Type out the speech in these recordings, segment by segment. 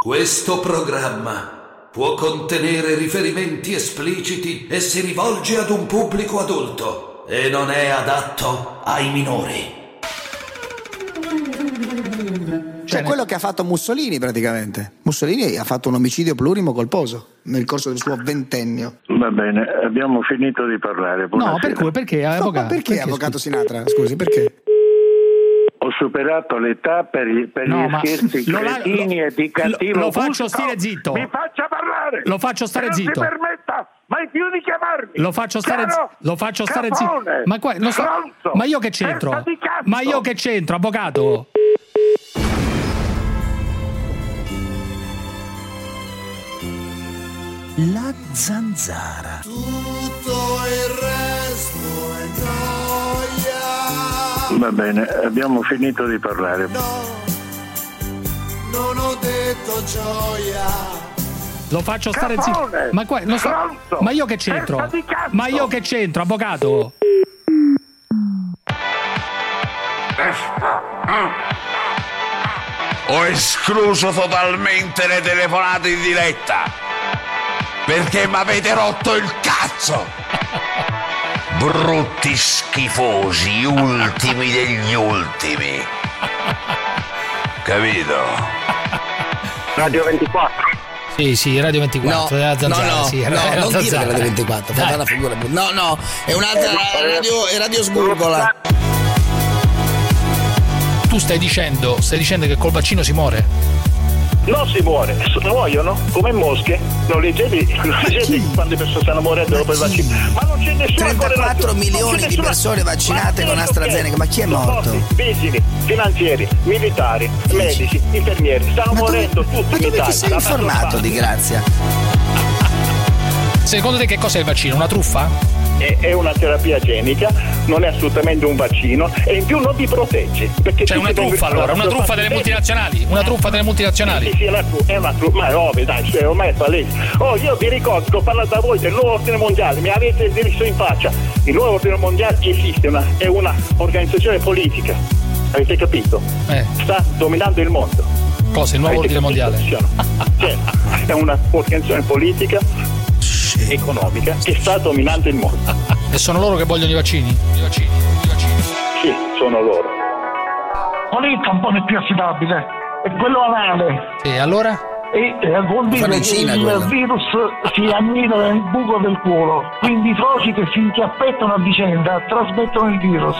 Questo programma può contenere riferimenti espliciti e si rivolge ad un pubblico adulto e non è adatto ai minori. Cioè quello che ha fatto Mussolini praticamente. Mussolini ha fatto un omicidio plurimo colposo nel corso del suo ventennio. Va bene, abbiamo finito di parlare. Buonasera. No, perché avvocato? Perché avvocato Sinatra? Scusi, perché? Ho superato l'età per gli scherzi cretini e di cattivo lo faccio gusto. stare zitto. Mi faccia parlare. Lo faccio stare non zitto. Non si permetta mai più di chiamarmi. Lo faccio stare zitto. Ma qua non so. Stronzo, Ma io che c'entro? Ma io che c'entro, avvocato? La zanzara. Tutto il resto è gioia. Va bene, abbiamo finito di parlare. No, non ho detto gioia. Lo faccio stare zitto. Capone, Ma qua non so. stronzo, Ma io che c'entro? testa di cazzo. Ma io che c'entro, avvocato? Ho escluso totalmente le telefonate in diretta perché mi avete rotto il cazzo. Brutti schifosi, ultimi degli ultimi. Capito? Radio 24. Sì, Radio 24. No, zanzara, sì, non zanzara. dire Radio 24, fate una figura. No, è un'altra radio Sgurgola. Tu stai dicendo che col vaccino si muore? Non si muore, muoiono come mosche. Non leggete quante persone stanno morendo dopo il vaccino. Ma non c'è nessuna 34 milioni di persone vaccinate con AstraZeneca, ma chi è morto? Vigili, finanzieri, militari, medici, infermieri, stanno morendo tutti in Ma dove Italia. ti sei informato di Grazia? Secondo te che cos'è il vaccino? Una truffa? È una terapia genica, non è assolutamente un vaccino e in più non ti protegge. Perché Cioè una truffa allora, una truffa delle multinazionali? Una truffa delle multinazionali? Sì, è una truffa, ma è ovvio, dai, cioè, ormai è palese. Io vi ricordo che ho parlato a voi del nuovo ordine mondiale, mi avete visto in faccia. Il nuovo ordine mondiale esiste, è una organizzazione politica, avete capito? Sta dominando il mondo. Cosa? Il nuovo ordine mondiale? Cioè, è una organizzazione politica economica che sta dominando il mondo. E sono loro che vogliono i vaccini? I vaccini. Sì, sono loro. Qual è il tampone più affidabile? È quello anale. E allora? Vuol dire che il virus si annida nel buco del culo, quindi i soci che si inchiappettano a vicenda trasmettono il virus.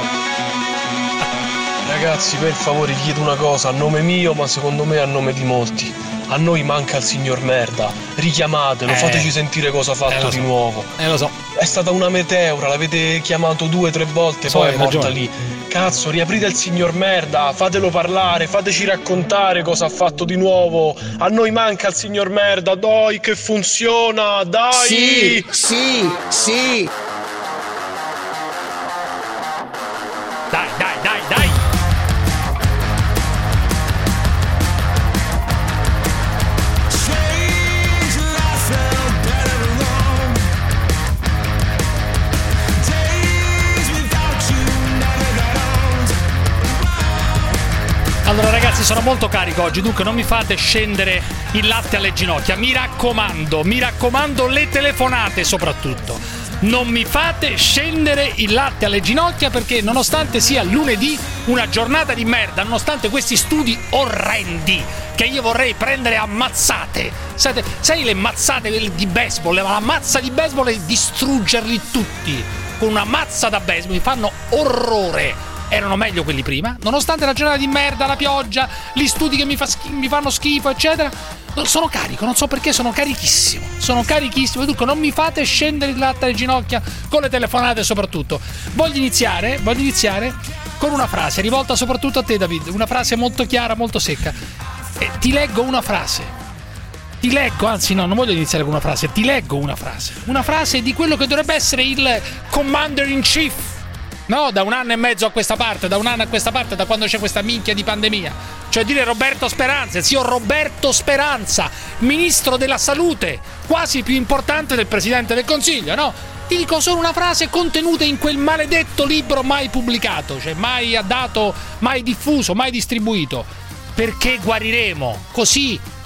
Ragazzi, per favore, chiedo una cosa, a nome mio, ma secondo me a nome di molti. A noi manca il signor Merda, richiamatelo, fateci sentire cosa ha fatto di nuovo. Lo so. È stata una meteora, l'avete chiamato 2 o 3 volte, poi è morta lì. Cazzo, riaprite il signor Merda, fatelo parlare, fateci raccontare cosa ha fatto di nuovo. A noi manca il signor Merda, dai che funziona, dai! Sì. Dai. Allora ragazzi, sono molto carico oggi, dunque non mi fate scendere il latte alle ginocchia, mi raccomando le telefonate soprattutto. Non mi fate scendere il latte alle ginocchia perché nonostante sia lunedì, una giornata di merda, nonostante questi studi orrendi che io vorrei prendere a mazzate, sai le mazzate di baseball, la mazza di baseball e distruggerli tutti con una mazza da baseball, mi fanno orrore. Erano meglio quelli prima, nonostante la giornata di merda, la pioggia, gli studi che mi fanno schifo, eccetera. Sono carico, non so perché, sono carichissimo. Dunque non mi fate scendere il latte alle ginocchia con le telefonate soprattutto. Voglio iniziare con una frase rivolta soprattutto a te, David, una frase molto chiara, molto secca. Ti leggo una frase. Anzi no, non voglio iniziare con una frase, ti leggo una frase di quello che dovrebbe essere il Commander in Chief. No, da 1 anno e mezzo a questa parte, da quando c'è questa minchia di pandemia. Cioè dire Roberto Speranza, il signor Roberto Speranza, ministro della salute, quasi più importante del Presidente del Consiglio, no? Ti dico solo una frase contenuta in quel maledetto libro mai pubblicato, cioè mai dato, mai diffuso, mai distribuito. Perché guariremo, così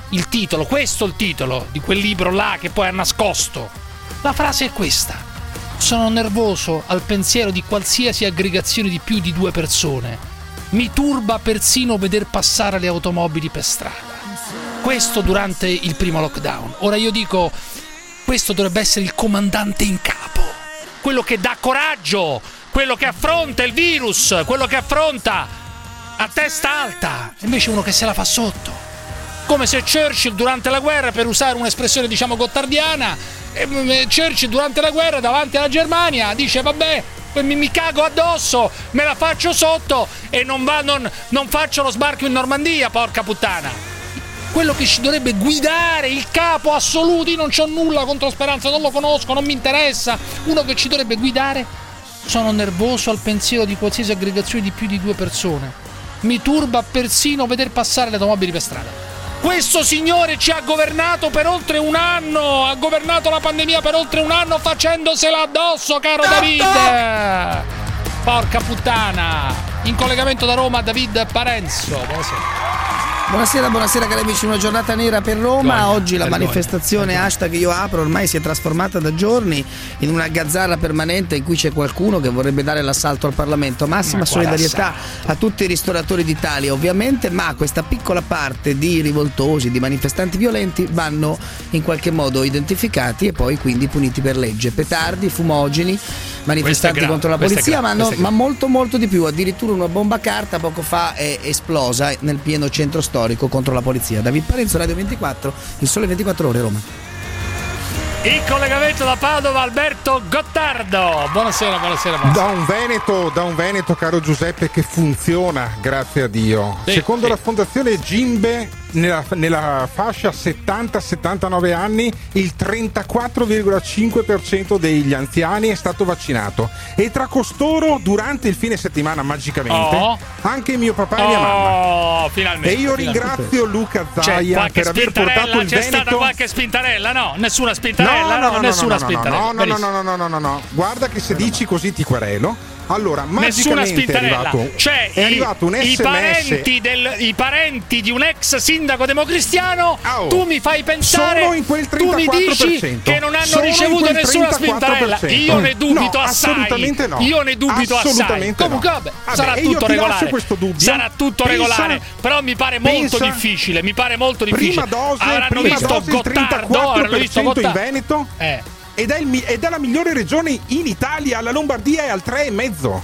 il titolo di quel libro là che poi ha nascosto. La frase è questa: sono nervoso al pensiero di qualsiasi aggregazione di più di 2 persone. Mi turba persino veder passare le automobili per strada. Questo durante il primo lockdown. Ora io dico, questo dovrebbe essere il comandante in capo, quello che dà coraggio, quello che affronta il virus, quello che affronta a testa alta, invece uno che se la fa sotto. Come se Churchill durante la guerra, per usare un'espressione diciamo gottardiana, Churchill durante la guerra davanti alla Germania dice vabbè, mi cago addosso, me la faccio sotto e non faccio lo sbarco in Normandia, porca puttana. Quello che ci dovrebbe guidare, il capo assoluto, io non c'ho nulla contro Speranza, non lo conosco, non mi interessa, uno che ci dovrebbe guidare: sono nervoso al pensiero di qualsiasi aggregazione di più di 2 persone. Mi turba persino veder passare le automobili per strada. Questo signore ci ha governato per oltre un anno, ha governato la pandemia per oltre un anno facendosela addosso, caro David. Porca puttana. In collegamento da Roma David Parenzo. Buonasera cari amici, una giornata nera per Roma. Oggi la manifestazione hashtag Io Apro ormai si è trasformata da giorni in una gazzarra permanente in cui c'è qualcuno che vorrebbe dare l'assalto al Parlamento. Massima solidarietà a tutti i ristoratori d'Italia ovviamente, ma questa piccola parte di rivoltosi, di manifestanti violenti vanno in qualche modo identificati e poi quindi puniti per legge. Petardi, fumogeni, manifestanti contro la polizia, ma molto di più. Addirittura una bomba carta poco fa è esplosa nel pieno centro storico contro la polizia. David Parenzo, Radio 24, il Sole 24 Ore, Roma. In collegamento da Padova Alberto Gottardo. Buonasera. Da un Veneto, caro Giuseppe, che funziona, grazie a Dio. Secondo la fondazione Gimbe, nella fascia 70-79 anni il 34,5% degli anziani è stato vaccinato, e tra costoro durante il fine settimana magicamente anche mio papà e mia mamma. Finalmente, e io ringrazio Luca Zaia per aver portato il Veneto. C'è stata qualche spintarella? No, nessuna spintarella. No. Guarda che se dici così ti querelo. Allora, magicamente è arrivato un SMS. I parenti di un ex sindaco democristiano, tu mi fai pensare, sono in quel 34%. Tu mi dici che non hanno ricevuto nessuna spintarella. Io ne dubito assai. Assolutamente no. Io ne dubito assai. Comunque vabbè, sarà tutto regolare. Sarà tutto regolare, però mi pare molto difficile. Prima dose, avranno visto Gottardo, in Veneto. Ed è la migliore regione in Italia, la Lombardia è al 3,5%.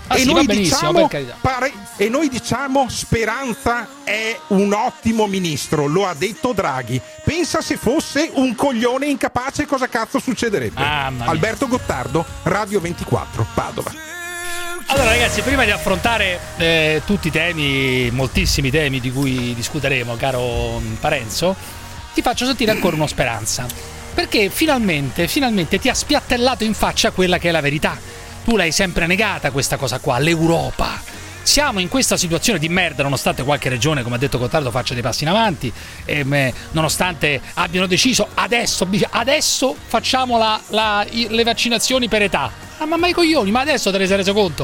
E noi diciamo Speranza è un ottimo ministro, lo ha detto Draghi. Pensa se fosse un coglione incapace, cosa cazzo succederebbe? Alberto Gottardo, Radio 24, Padova. Allora ragazzi, prima di affrontare tutti i temi, moltissimi temi di cui discuteremo, caro Parenzo, ti faccio sentire ancora una speranza. Perché finalmente ti ha spiattellato in faccia quella che è la verità. Tu l'hai sempre negata questa cosa qua, l'Europa. Siamo in questa situazione di merda, nonostante qualche regione, come ha detto Gottardo, faccia dei passi in avanti, nonostante abbiano deciso adesso facciamo le vaccinazioni per età. Ma i coglioni, ma adesso te ne sei reso conto?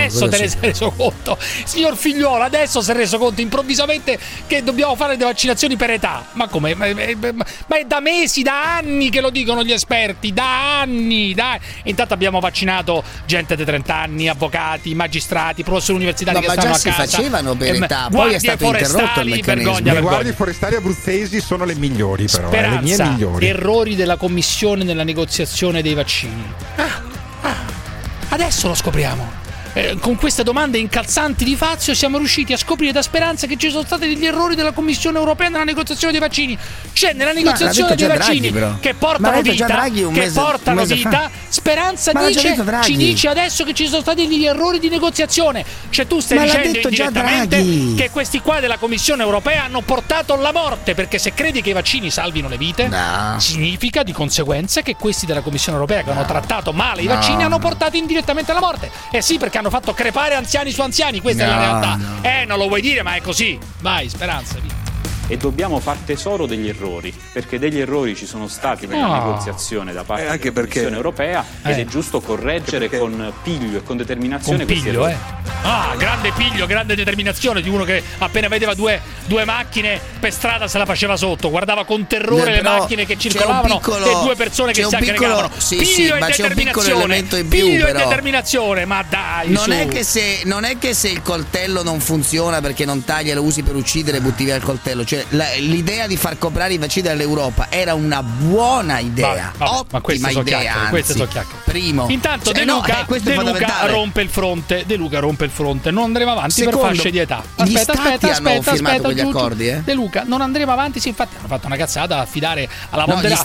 Signor Figliuolo, adesso si è reso conto improvvisamente che dobbiamo fare le vaccinazioni per età. Ma come? Ma è da mesi, da anni che lo dicono gli esperti, da anni. Intanto abbiamo vaccinato gente di 30 anni, avvocati, magistrati, professori universitari che stanno a casa. Ma già si facevano per età, poi è stato interrotto il meccanismo. Le guardie forestali abruzzesi sono le migliori, però, le mie migliori. Errori della commissione nella negoziazione dei vaccini. Adesso lo scopriamo. Con queste domande incalzanti di Fazio siamo riusciti a scoprire da Speranza che ci sono stati degli errori della Commissione Europea nella negoziazione dei vaccini. Cioè nella negoziazione dei vaccini che portano vita, Speranza ci dice adesso che ci sono stati degli errori di negoziazione. Cioè tu stai dicendo indirettamente che questi qua della Commissione Europea hanno portato la morte, perché se credi che i vaccini salvino le vite, significa di conseguenza che questi della Commissione Europea che hanno trattato male i vaccini hanno portato indirettamente alla morte. Sì, perché hanno fatto crepare anziani su anziani, questa è la realtà. Non lo vuoi dire, ma è così. Vai, Speranza, via. e dobbiamo far tesoro degli errori, perché degli errori ci sono stati nella negoziazione da parte della Commissione europea ed è giusto correggere con piglio e con determinazione questi errori. Grande piglio, grande determinazione di uno che appena vedeva due macchine per strada se la faceva sotto, guardava con terrore le macchine che circolavano e due persone che si aggregavano. Piglio e determinazione, piglio e determinazione, ma dai, non è che se il coltello non funziona perché non taglia, lo usi per uccidere, butti via il coltello. Cioè l'idea di far comprare i vaccini all'Europa era una buona idea, ottima idea, queste sono chiacchiere. Primo. Intanto De Luca rompe il fronte. Non andremo avanti per fasce di età. Aspetta, gli accordi, De Luca, non andremo avanti, sì, infatti hanno fatto una cazzata a affidare alla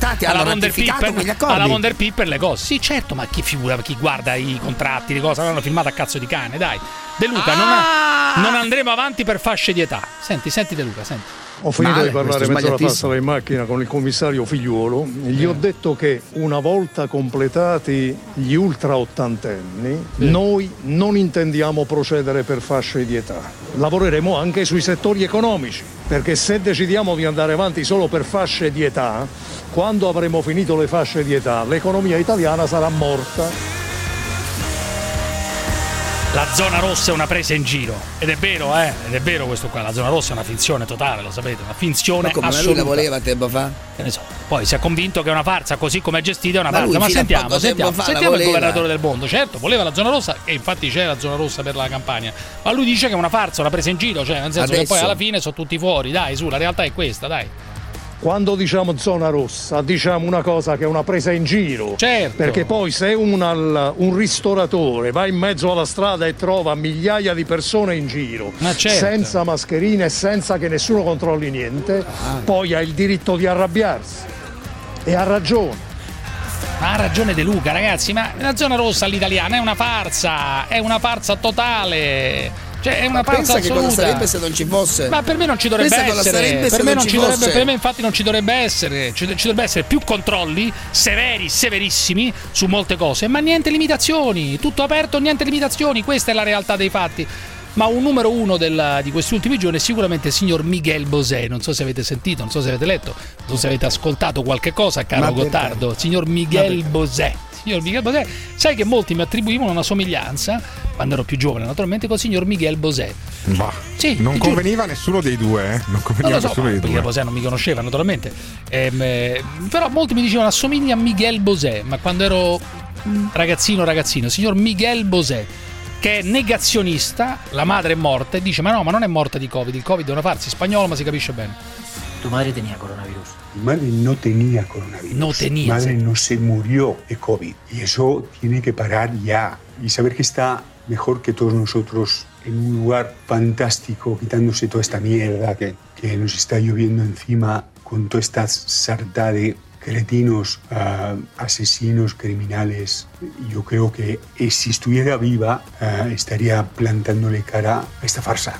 Von der Pipper le cose. Sì, certo, ma chi guarda i contratti, le cose l'hanno filmato a cazzo di cane, dai. De Luca, non andremo avanti per fasce di età. Senti De Luca, senti. Ho finito di parlare mezz'ora fa in macchina con il commissario Figliuolo. Gli ho detto che una volta completati gli ultra ottantenni, noi non intendiamo procedere per fasce di età. Lavoreremo anche sui settori economici, perché se decidiamo di andare avanti solo per fasce di età, quando avremo finito le fasce di età, l'economia italiana sarà morta. La zona rossa è una presa in giro, ed è vero questo qua, la zona rossa è una finzione totale, lo sapete, una finzione assoluta. Ma lui la voleva tempo fa? Che ne so. Poi si è convinto che è una farsa, così come è gestita è una farsa, ma sentiamo il governatore del mondo. Certo, voleva la zona rossa e infatti c'è la zona rossa per la Campania, ma lui dice che è una farsa, una presa in giro, cioè nel senso che poi alla fine sono tutti fuori, dai, la realtà è questa, dai. Quando diciamo zona rossa, diciamo una cosa che è una presa in giro. Certo. Perché poi se un ristoratore va in mezzo alla strada e trova migliaia di persone in giro, senza mascherine e senza che nessuno controlli niente, poi ha il diritto di arrabbiarsi. E ha ragione. Ma ha ragione De Luca, ragazzi, ma la zona rossa all'italiana è una farsa totale. Cioè è una farsa assoluta. Che cosa sarebbe se non ci fosse? Ma per me non ci dovrebbe essere. Per me infatti non ci dovrebbe essere. Ci dovrebbe essere più controlli severi, severissimi su molte cose, ma niente limitazioni. Tutto aperto, niente limitazioni. Questa è la realtà dei fatti. Ma un numero uno di questi ultimi giorni è sicuramente il signor Miguel Bosé. Non so se avete sentito, non so se avete letto, non so se avete ascoltato qualche cosa, caro Gottardo. Signor Miguel Bosé. Signor Miguel Bosé, sai che molti mi attribuivano una somiglianza, quando ero più giovane naturalmente, con il signor Miguel Bosé. Ma sì, non conveniva nessuno dei due, Non conveniva nessuno dei due. Miguel Bosé non mi conosceva naturalmente, però molti mi dicevano assomiglia a Miguel Bosé, ma quando ero ragazzino, signor Miguel Bosé, che è negazionista, la madre è morta e dice ma non è morta di Covid, il Covid è una farsa, in spagnolo ma si capisce bene. Tu madre tenía coronavirus. Mi madre no tenía coronavirus. No tenía. Mi madre no se murió de COVID. Y eso tiene que parar ya. Y saber que está mejor que todos nosotros en un lugar fantástico, quitándose toda esta mierda que nos está lloviendo encima con toda esta sarta de cretinos, asesinos, criminales. Yo creo que si estuviera viva estaría plantándole cara a esta farsa.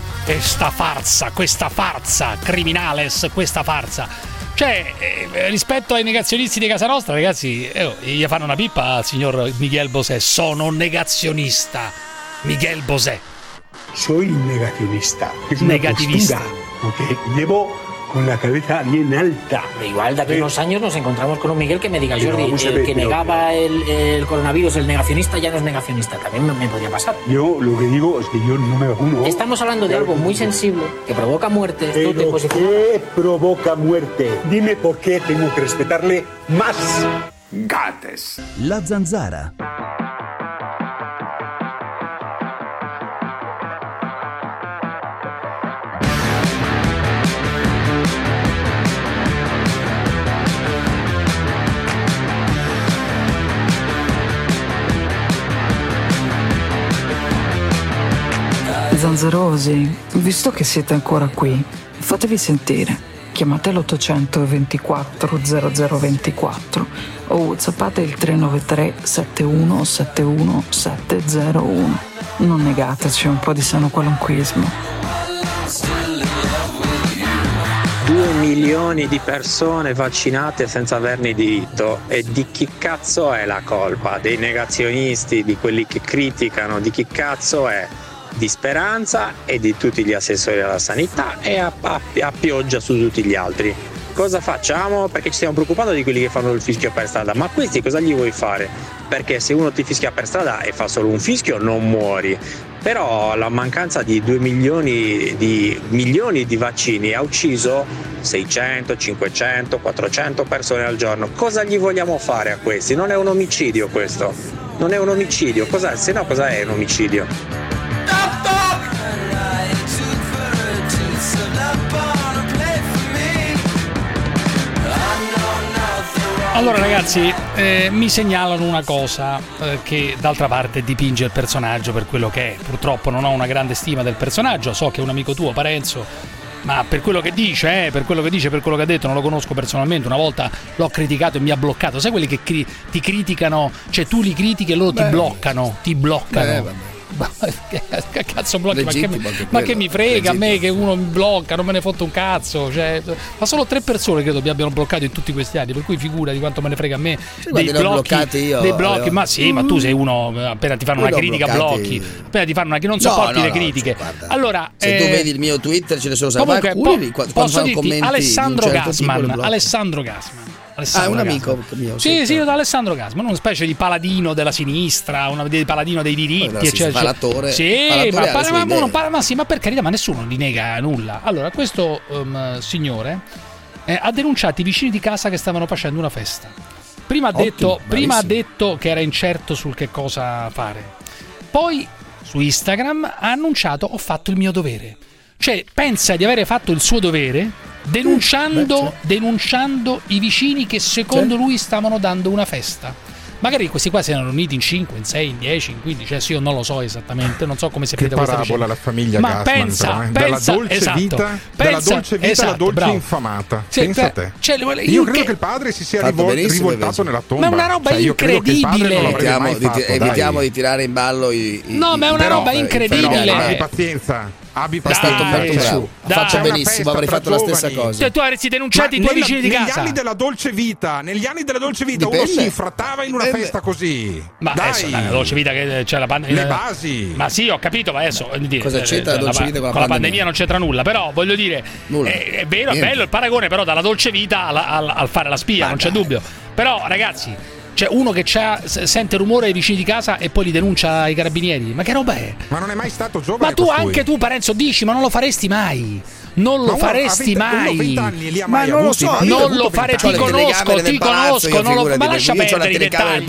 Questa farsa, criminales, questa farsa. Cioè, rispetto ai negazionisti di casa nostra, ragazzi, gli fanno una pippa al signor Miguel Bosé. Sono negazionista, Miguel Bosé. Soy negacionista. Es negativista. Porque llevo con la cabeza bien alta. Igual de aquí a unos años nos encontramos con un Miguel que me diga, Jordi, el que negaba el coronavirus, el negacionista ya no es negacionista. También me podría pasar. Yo lo que digo es que yo no me vacuno. Estamos hablando de algo muy sensible que provoca muerte. ¿Pero qué provoca muerte? Dime por qué tengo que respetarle más. Gates. La Zanzara. Zanzarosi, visto che siete ancora qui, fatevi sentire. Chiamate l'800 24 0024 o whatsappate il 393 71 71 701. Non negateci un po' di sano qualunquismo. 2 milioni di persone vaccinate senza averne diritto. E di chi cazzo è la colpa? Dei negazionisti, di quelli che criticano? Di chi cazzo è? di Speranza e di tutti gli assessori alla sanità e a pioggia su tutti gli altri. Cosa facciamo? Perché ci stiamo preoccupando di quelli che fanno il fischio per strada, ma questi cosa gli vuoi fare? Perché se uno ti fischia per strada e fa solo un fischio non muori, però la mancanza di 2 milioni di vaccini ha ucciso 600, 500, 400 persone al giorno. Cosa gli vogliamo fare a questi? Non è un omicidio questo, non è un omicidio, se no cosa è un omicidio? Allora ragazzi, mi segnalano una cosa che d'altra parte dipinge il personaggio per quello che è. Purtroppo non ho una grande stima del personaggio, so che è un amico tuo, Parenzo, ma per quello che dice, per quello che ha detto, non lo conosco personalmente, una volta l'ho criticato e mi ha bloccato. Sai quelli che ti criticano, cioè tu li critichi e loro ti bloccano. Che cazzo blocchi? Ma che mi frega a me che uno mi blocca, non me ne fotte un cazzo, cioè, ma solo 3 persone credo mi abbiano bloccato in tutti questi anni, per cui figura di quanto me ne frega a me dei blocchi, ma sì, ma tu sei uno, appena ti fanno una critica blocchi, appena ti fanno una che non sopporti le critiche. Allora, se tu vedi il mio Twitter ce ne sono comunque, alcuni posso dirti Alessandro Gassman, un amico mio. Sì, Alessandro Gassman, una specie di paladino della sinistra, paladino dei diritti, eccetera. Ma per carità, ma nessuno gli nega nulla. Allora, questo signore ha denunciato i vicini di casa che stavano facendo una festa. Prima ha detto che era incerto sul che cosa fare. Poi su Instagram ha annunciato: ho fatto il mio dovere. Cioè, pensa di avere fatto il suo dovere denunciando i vicini che secondo lui stavano dando una festa. Magari questi qua si erano riuniti in 5, in 6, in 10, in 15, io non lo so esattamente, non so come si è finita questa vicenda. La famiglia ma Gassman, dalla dolce vita alla dolce infamata. Pensa a te. Io credo che il padre si sia rivoltato nella tomba. Ma è una roba incredibile. Evitiamo di tirare in ballo no, ma è una roba incredibile. Abbi pazienza. Faccio benissimo, avrei fatto la stessa cosa. Tu avresti denunciato i tuoi vicini di casa. Negli anni della dolce vita uno si infrattava in una festa così. Ma adesso la dolce vita che c'è la pandemia. Le basi. Ma sì, ho capito, ma adesso cosa c'entra la dolce vita con la pandemia? Non c'entra nulla, però voglio dire, è vero, è bello il paragone, però dalla dolce vita al fare la spia, non c'è dubbio. Però ragazzi, c'è uno che sente rumore ai vicini di casa e poi li denuncia ai carabinieri. Ma che roba è? Ma non è mai stato giovane. Ma tu anche tu, Parenzo, dici, ma non lo faresti mai. Non lo faresti mai. Ma non lo so, non lo faresti. Ti conosco, ma lascia perdere i dettagli.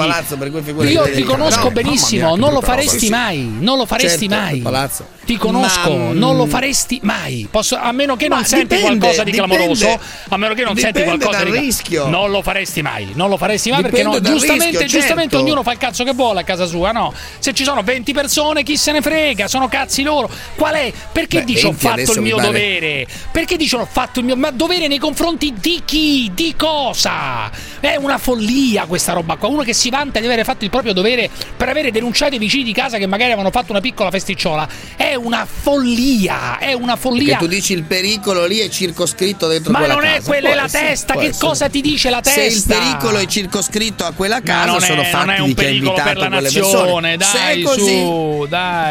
Io ti conosco benissimo, non lo faresti mai. Non lo faresti mai. Ti conosco, non lo faresti mai. A meno che non senti qualcosa di clamoroso, a meno che non senti qualcosa di rischio. Non lo faresti mai. Non lo faresti mai perché giustamente ognuno fa il cazzo che vuole a casa sua, no? Se ci sono 20 persone, chi se ne frega, sono cazzi loro. Qual è? Perché dici ho fatto il mio dovere? Perché dicono ho fatto il mio dovere nei confronti di chi? Di cosa? È una follia questa roba qua. Uno che si vanta di aver fatto il proprio dovere per avere denunciato i vicini di casa che magari avevano fatto una piccola festicciola. È una follia. Perché tu dici il pericolo lì è circoscritto dentro quella casa. Ma non è quella, è la testa. Che cosa ti dice la testa? Se il pericolo è circoscritto a quella casa, sono fatti di chi ha invitato quelle persone. Dai, su,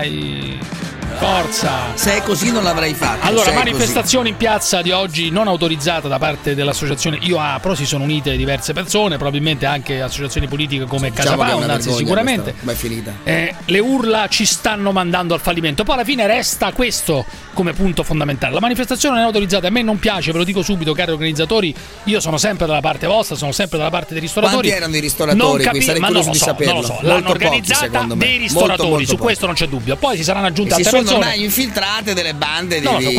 dai. Forza. Se è così non l'avrei fatto. Allora, manifestazione in piazza di oggi non autorizzata da parte dell'associazione Io Apro. Si sono unite diverse persone, probabilmente anche associazioni politiche come Casa Pound, anzi sicuramente. Ma è finita. Le urla ci stanno mandando al fallimento. Poi alla fine resta questo come punto fondamentale. La manifestazione non è autorizzata. A me non piace, ve lo dico subito, cari organizzatori. Io sono sempre dalla parte vostra, sono sempre dalla parte dei ristoratori. Quanti erano i ristoratori? Ma non lo so. L'hanno organizzata dei ristoratori, su questo non c'è dubbio. Poi si saranno aggiunte altre persone. Ormai infiltrate delle bande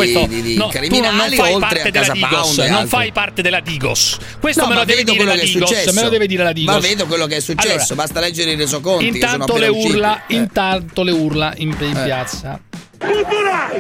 di criminali oltre a Casa Pound. Non fai parte della Digos. Questo me lo deve dire la Digos. Me lo deve dire la Digos. Ma vedo quello che è successo, basta leggere i resoconti. Intanto le urla in piazza. Culturali,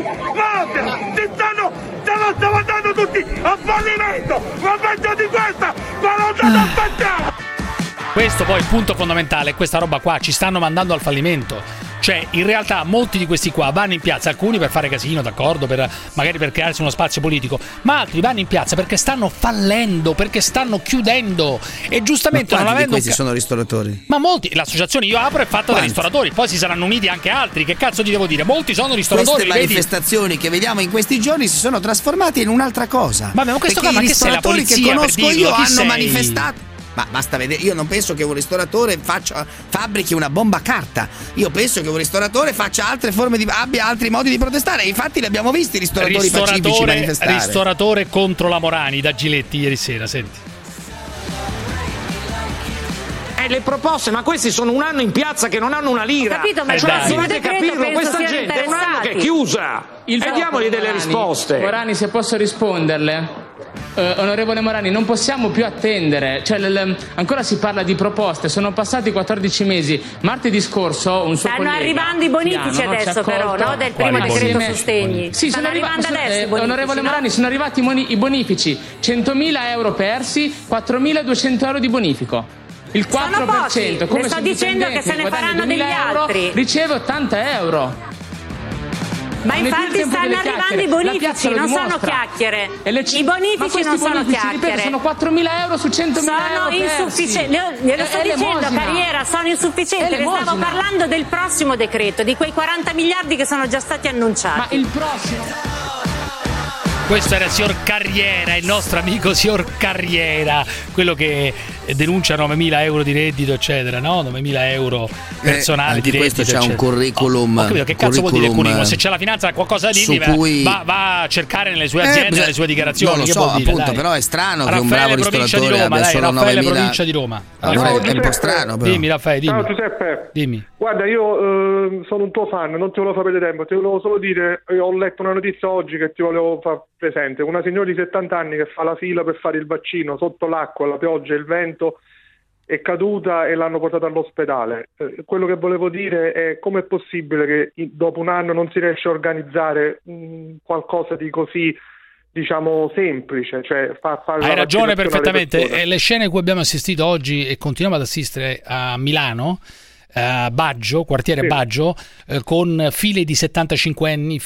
stiamo andando tutti a fallimento. Ma peggio di questa, ma non date a piuttosto poi il punto fondamentale è questa roba qua, ci stanno mandando al fallimento. Cioè, in realtà molti di questi qua vanno in piazza, alcuni per fare casino, d'accordo, magari per crearsi uno spazio politico, ma altri vanno in piazza perché stanno fallendo, perché stanno chiudendo e giustamente ma non avendo... questi sono ristoratori? Ma molti, l'associazione Io Apro è fatta da ristoratori, poi si saranno uniti anche altri, che cazzo ti devo dire? Molti sono ristoratori. Queste manifestazioni che vediamo in questi giorni si sono trasformate in un'altra cosa. Ma questo perché qua, i ristoratori che conosco io hanno manifestato. Ma basta vedere, io non penso che un ristoratore fabbrichi una bomba a carta. Io penso che un ristoratore faccia altre forme abbia altri modi di protestare. Infatti li abbiamo visti i ristoratori pacifici manifestare. Ristoratore contro la Morani da Giletti ieri sera, senti. Le proposte, ma questi sono un anno in piazza che non hanno una lira. Ho capito, ma dovete capirlo, questa gente è un anno che è chiusa. E diamogli delle risposte. Morani, se posso risponderle. Onorevole Morani, non possiamo più attendere, ancora si parla di proposte, sono passati 14 mesi, martedì scorso un suo stanno arrivando i bonifici adesso però, no? Del primo decreto sostegni. Sì, stanno arrivando adesso i bonifici, onorevole Morani, sono arrivati i bonifici, 100.000 euro persi, 4.200 euro di bonifico. Il 4%, come le sto dicendo che se ne faranno degli altri. Riceve 80 euro. Ma infatti stanno arrivando i bonifici, non sono chiacchiere. I bonifici non sono chiacchiere. Sono 4.000 euro su 100.000 euro. Sono insufficienti. Glielo sto dicendo, Carriera, sono insufficienti. Le stavo parlando del prossimo decreto, di quei 40 miliardi che sono già stati annunciati. Ma il prossimo... Questo era il signor Carriera, il nostro amico signor Carriera, quello che denuncia 9.000 euro di reddito, eccetera, no? 9.000 euro personali di reddito. Questo c'è un curriculum. Ho capito, che cazzo vuol dire curriculum? Se c'è la finanza qualcosa da dirgli, va a cercare nelle sue aziende, nelle sue dichiarazioni. Non lo so, appunto, però è strano che un bravo ristoratore abbia solo 9.000. Provincia di Roma. È un po' strano, però. Dimmi, Raffaele, dimmi. Ciao Giuseppe. Dimmi. Guarda, io sono un tuo fan, non ti volevo fare perdere tempo, ti volevo solo dire, io ho letto una notizia oggi che ti volevo far presente, una signora di 70 anni che fa la fila per fare il vaccino sotto l'acqua, la pioggia, il vento, è caduta e l'hanno portata all'ospedale. Quello che volevo dire è come è possibile che dopo un anno non si riesce a organizzare qualcosa di così, diciamo, semplice, cioè hai ragione perfettamente. Le scene a cui abbiamo assistito oggi e continuiamo ad assistere a Milano, Baggio, quartiere sì. Baggio, con file di 75enni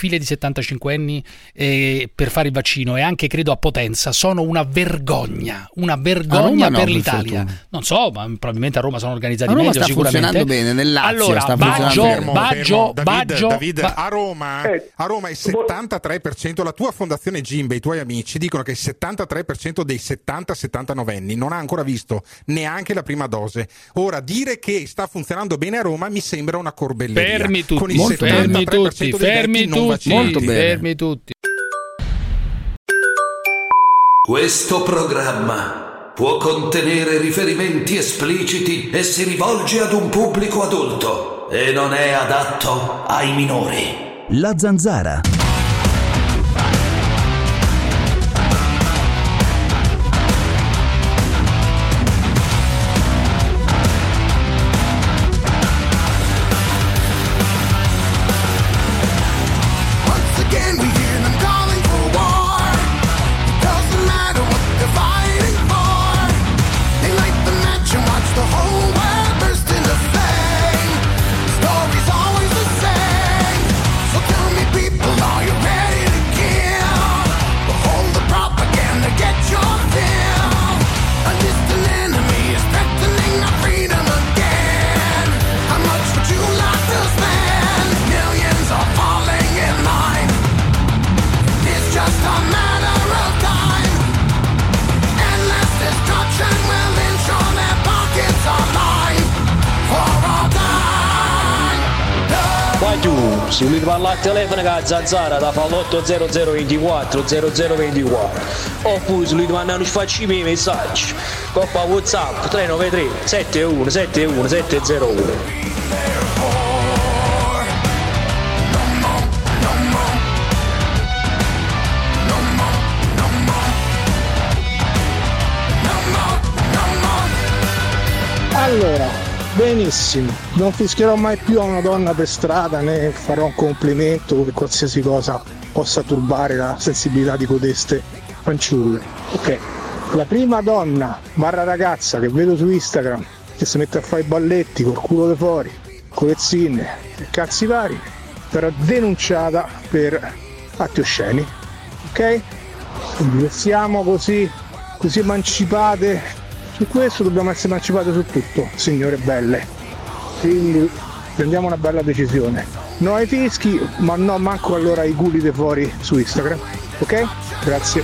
per fare il vaccino, e anche credo a Potenza, sono una vergogna per l'Italia. Non so, ma probabilmente a Roma sono organizzati meglio, sta sicuramente. Funzionando bene, nel Lazio allora, sta Baggio, David, a Roma è 73%, la tua fondazione Gimbe, i tuoi amici dicono che il 73% dei 70-79enni non ha ancora visto neanche la prima dose. Ora, dire che sta funzionando bene a Roma mi sembra una corbelleria. Fermi tutti, con il 73% fermi tutti. Questo programma può contenere riferimenti espliciti e si rivolge ad un pubblico adulto e non è adatto ai minori. La Zanzara. Se volete parlare al telefono con la Zanzara da fa l'80024 0024, oppure se volete mandare un sfaccio i messaggi coppa WhatsApp 393 71 71 701. Allora, benissimo, non fischierò mai più a una donna per strada né farò un complimento per qualsiasi cosa possa turbare la sensibilità di codeste fanciulle. Ok, la prima donna / ragazza che vedo su Instagram che si mette a fare i balletti col culo di fuori, con le zinne e cazzi vari, verrà denunciata per atti osceni, ok? Quindi se siamo così emancipate su questo, dobbiamo essere emancipate su tutto, signore belle. Quindi prendiamo una bella decisione. No ai fischi, ma no manco allora ai culi di fuori su Instagram, ok? Grazie.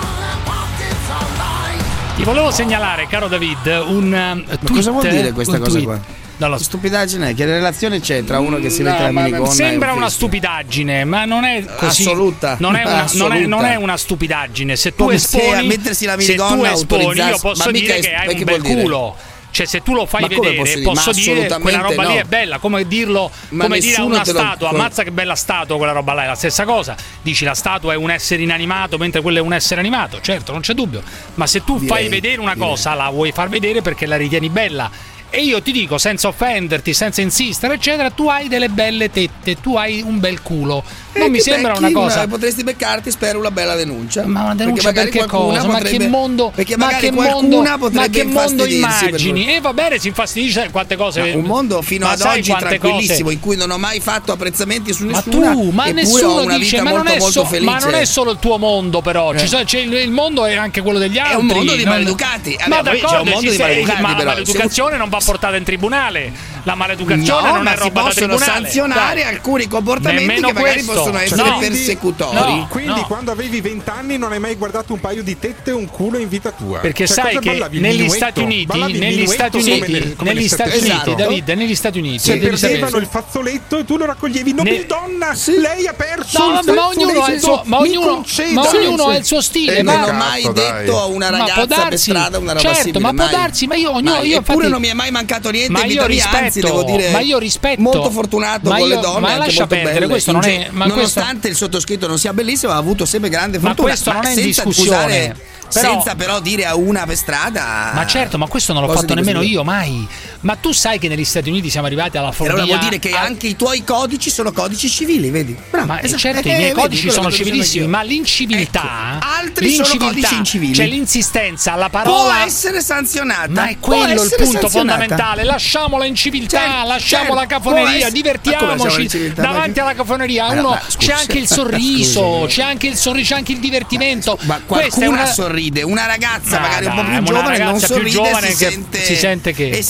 Ti volevo segnalare, caro David, un tweet. Ma cosa vuol dire questa cosa tweet qua? La stupidaggine, che relazione c'è tra uno che si mette la minigonna? Sembra una stupidaggine, ma non è così. Assoluta. Non è una stupidaggine. Se tu esponi, a mettersi la minigonna, io posso dire che hai un bel culo. Cioè, se tu lo fai vedere, posso dire che quella roba lì è bella. Come dirlo, come dire a una statua, ammazza che bella statua, quella roba là è la stessa cosa. Dici la statua è un essere inanimato, mentre quello è un essere animato. Certo, non c'è dubbio. Ma se tu fai vedere una cosa, la vuoi far vedere perché la ritieni bella. E io ti dico, senza offenderti, senza insistere, eccetera, tu hai delle belle tette, tu hai un bel culo. Non mi sembra una cosa. Potresti beccarti, spero, una bella denuncia. Ma una denuncia per che cosa? Ma che mondo? Perché magari qualcuna potrebbe immagini? E va bene, si infastidisce quante cose. Un mondo fino ad oggi tranquillissimo, in cui non ho mai fatto apprezzamenti su nessuna. Ma nessuno dice, ma non è solo il tuo mondo, però. Il mondo è anche quello degli altri. È un mondo di maleducati. Ma d'accordo, ma l'educazione non va portata in tribunale. La maleducazione non è roba da tribunale. Possono sanzionare alcuni comportamenti che magari possono essere persecutori. Quindi quando avevi 20 anni non hai mai guardato un paio di tette o un culo in vita tua? Perché sai che negli Stati Uniti, David, negli Stati Uniti se perdevano il fazzoletto e tu lo raccoglievi. Nobildonna, lei ha perso il fazzoletto. Ma ognuno ha il suo stile. Non ho mai detto a una ragazza per strada una roba simile. Ma può darsi, ma io eppure non mi è mai mancato niente in vita mia, anzi devo dire, ma io rispetto, molto fortunato con le donne, ma lascia perdere, questo non è, nonostante il sottoscritto non sia bellissimo, ha avuto sempre grande fortuna. Ma questo non è in discussione. Senza però dire a una per strada. Ma certo, ma questo non l'ho fatto nemmeno io mai. Ma tu sai che negli Stati Uniti siamo arrivati alla follia. Allora vuol dire che anche i tuoi codici sono codici civili, vedi? Ma certo, i miei codici sono civilissimi, ma l'inciviltà, altri sono codici incivili. Cioè l'insistenza alla parola può essere sanzionata. Ma è quello il punto fondamentale. Lasciamo la inciviltà, lasciamo la cafoneria, divertiamoci davanti alla cafoneria. C'è anche il sorriso, c'è anche il divertimento. Ma qualcuno sorride. Una ragazza magari un po' più giovane non sorride, si sente che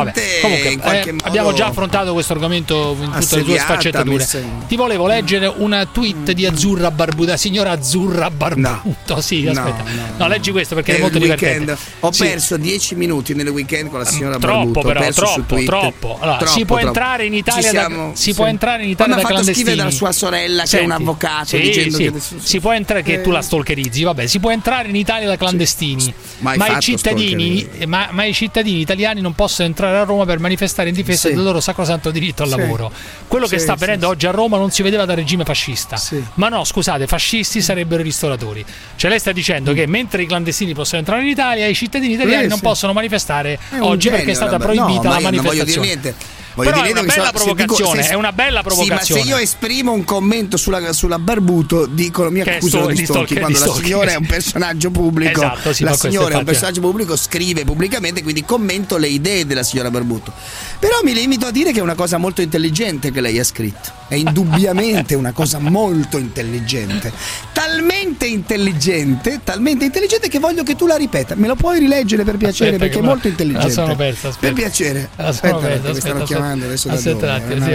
comunque abbiamo già affrontato questo argomento in tutte le sue sfaccettature. Ti volevo leggere un tweet di Azzurra Barbuto, signora Azzurra Barbuto. Sì, aspetta. No, leggi questo perché è molto divertente. Ho perso 10 minuti nel weekend con la signora Barbuto. Troppo. Allora, si può entrare in Italia da clandestini. Mi ha fatto scrivere dalla sua sorella che è un avvocato dicendo che si può entrare, che tu la stalkerizzi, vabbè, si può entrare in Italia da clandestini, ma i cittadini italiani non possono entrare a Roma per manifestare in difesa del loro sacrosanto diritto al lavoro. Quello che sta avvenendo oggi a Roma non si vedeva dal regime fascista. Ma no, scusate, fascisti sarebbero i ristoratori. Cioè lei sta dicendo che mentre i clandestini possono entrare in Italia, i cittadini italiani non possono manifestare oggi perché è stata proibita la manifestazione. Non voglio dire niente. Però è una bella provocazione, è una bella provocazione. Sì, ma se io esprimo un commento sulla Barbuto, dicono mi accusano di stalking, quando la signora è un personaggio pubblico. Esatto, la signora è un personaggio pubblico, scrive pubblicamente, quindi commento le idee della signora Barbuto. Però mi limito a dire che è una cosa molto intelligente che lei ha scritto. È indubbiamente una cosa molto intelligente. Talmente intelligente che voglio che tu la ripeta. Me lo puoi rileggere per piacere, perché è molto intelligente. La sono persa, aspetta. Per piacere. Aspetta. Adesso aspetta.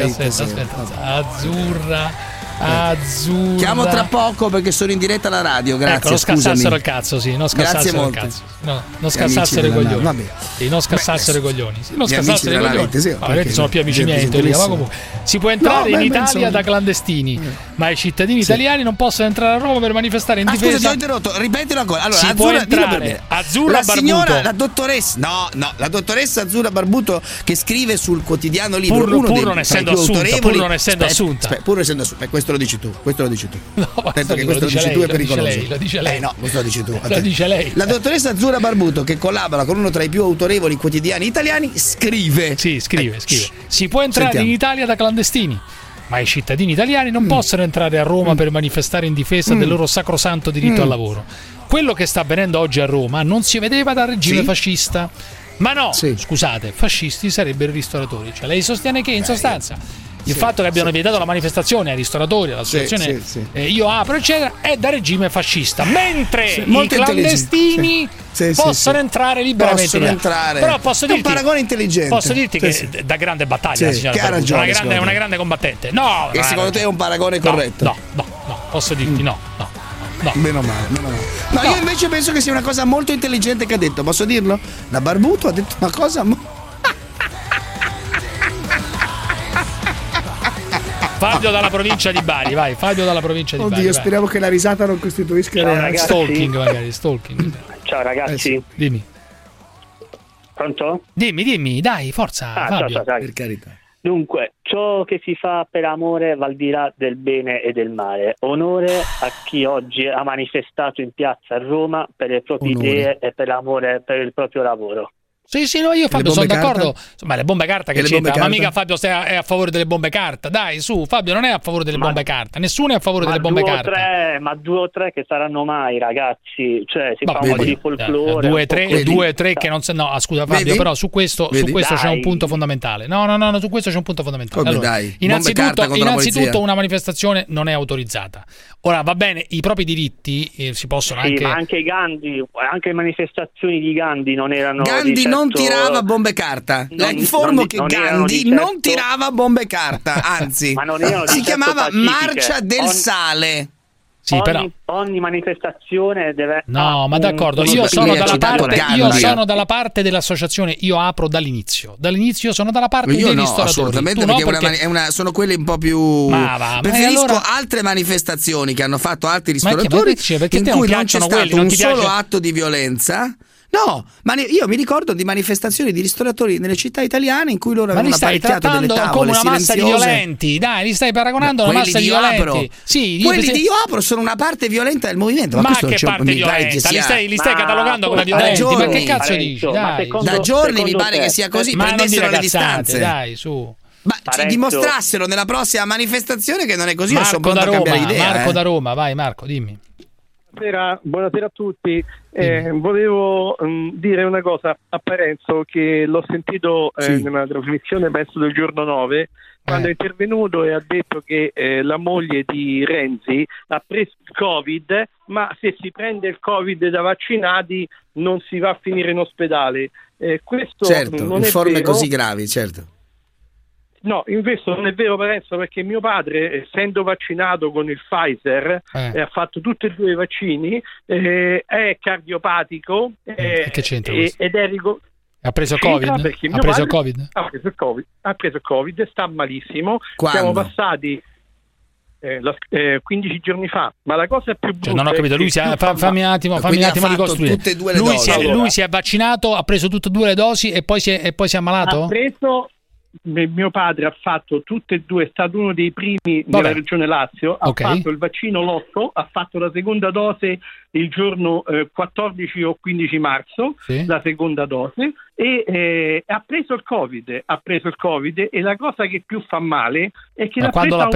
Azzurra. Chiamo tra poco perché sono in diretta alla radio. Grazie. Ecco, non scassassero il cazzo, sì. Non scassassero il cazzo. No, non scassassero i coglioni. Sì, non scassassero i coglioni. Non scassassero i coglioni. Magari sono più amici miei in teoria. Ma comunque si può entrare in Italia da clandestini, ma i cittadini italiani non possono entrare a Roma per manifestare in difesa. Scusa, ti ho interrotto. Ripetilo ancora. Allora, si può entrare. Azzurra Barbuto. Signora, la dottoressa. No, la dottoressa Azzurra Barbuto che scrive sul quotidiano Libero. Pur non essendo assunta. Pur essendo assunta. Questo lo dici tu. No, detto che questo lo dici tu è pericoloso. Lo dice lei. No, questo lo dici tu. Lo dice lei. La dottoressa Azzurra Barbuto, che collabora con uno tra i più autorevoli quotidiani italiani, scrive. Sì, scrive. Si può entrare in Italia da clandestini, ma i cittadini italiani non possono entrare a Roma per manifestare in difesa del loro sacrosanto diritto al lavoro. Quello che sta avvenendo oggi a Roma non si vedeva dal regime fascista. Ma no, scusate, fascisti sarebbero i ristoratori. Cioè lei sostiene che in sostanza il fatto che abbiano vietato la manifestazione ai ristoratori, all'associazione Io Apro eccetera, è da regime fascista, mentre i clandestini possono entrare liberamente. Però posso dirti, è un paragone intelligente. Posso dirti che da grande battaglia, signora, che ha ragione, una grande combattente. No, e secondo te è un paragone corretto? No, posso dirti no. Meno male. No, io invece penso che sia una cosa molto intelligente che ha detto. Posso dirlo? La Barbuto ha detto una cosa Fabio dalla provincia di Bari, vai. Oddio, speriamo che la risata non costituisca stalking. Ciao ragazzi. Dimmi. Pronto? Dimmi, dai, forza, Fabio. Ciao. Per carità. Dunque, ciò che si fa per amore va al di là del bene e del male. Onore a chi oggi ha manifestato in piazza a Roma per le proprie idee e per l'amore per il proprio lavoro. Sì, no, io Fabio sono d'accordo. Insomma, le bombe carta che c'entra? Ma mica Fabio è a favore delle bombe carta. Dai, su, Fabio non è a favore delle bombe carta. Nessuno è a favore delle bombe carta. Ma 2 o 3 che saranno mai, ragazzi. Cioè, si fa un po' di folklore. 2 o 3 che non no, scusa Fabio, vedi? Però su questo c'è un punto fondamentale. No, su questo c'è un punto fondamentale. Allora, innanzitutto una manifestazione non è autorizzata. Ora va bene, i propri diritti si possono anche. Ma anche Gandhi, anche le manifestazioni di Gandhi non erano. Gandhi non tirava bombe carta. La informo che Gandhi non tirava bombe carta, anzi, si chiamava Marcia del Sale. Sì, però ogni manifestazione deve. No, ma d'accordo, io sono dalla parte dell'associazione Io Apro dall'inizio. Dall'inizio sono dalla parte dei ristoratori. Assolutamente, perché sono quelle un po' più. Preferisco altre manifestazioni che hanno fatto altri ristoratori in cui non c'è stato un solo atto di violenza. No, ma io mi ricordo di manifestazioni di ristoratori nelle città italiane in cui loro avevano apparecchiato delle tavole come una massa di violenti. Dai, li stai paragonando a una massa di violenti. Sì, quelli di Io Apro sono una parte violenta del movimento. Ma che parte violenta? Li stai catalogando come violenti? Ma che cazzo dici? Da giorni mi pare che sia così. Prendessero le distanze. Dai, su. Ma ci dimostrassero nella prossima manifestazione che non è così. Io sono pronto a cambiare idea. Marco da Roma, vai Marco, dimmi. Buonasera a tutti. Volevo dire una cosa a Parenzo, che l'ho sentito nella trasmissione penso del giorno 9 quando è intervenuto e ha detto che la moglie di Renzi ha preso il Covid, ma se si prende il Covid da vaccinati non si va a finire in ospedale. Questo non in è forme vero. Così gravi, certo. No, invece non è vero, Parenzo, perché mio padre, essendo vaccinato con il Pfizer, ha fatto tutti e 2 i vaccini, è cardiopatico che c'entra ed è ha preso Covid? Ha preso Covid, sta malissimo. Quando? Siamo passati 15 giorni fa, ma la cosa più brutta, non ho capito, lui fammi un attimo ricostruire. Tutte e 2 le dosi. Lui si è vaccinato, ha preso tutte e 2 le dosi e poi si è ammalato? Mio padre ha fatto tutte e 2, è stato uno dei primi nella regione Lazio, ha fatto il vaccino l'8, ha fatto la seconda dose il giorno 14 o 15 marzo, la seconda dose, e ha preso il Covid e la cosa che più fa male è che l'ha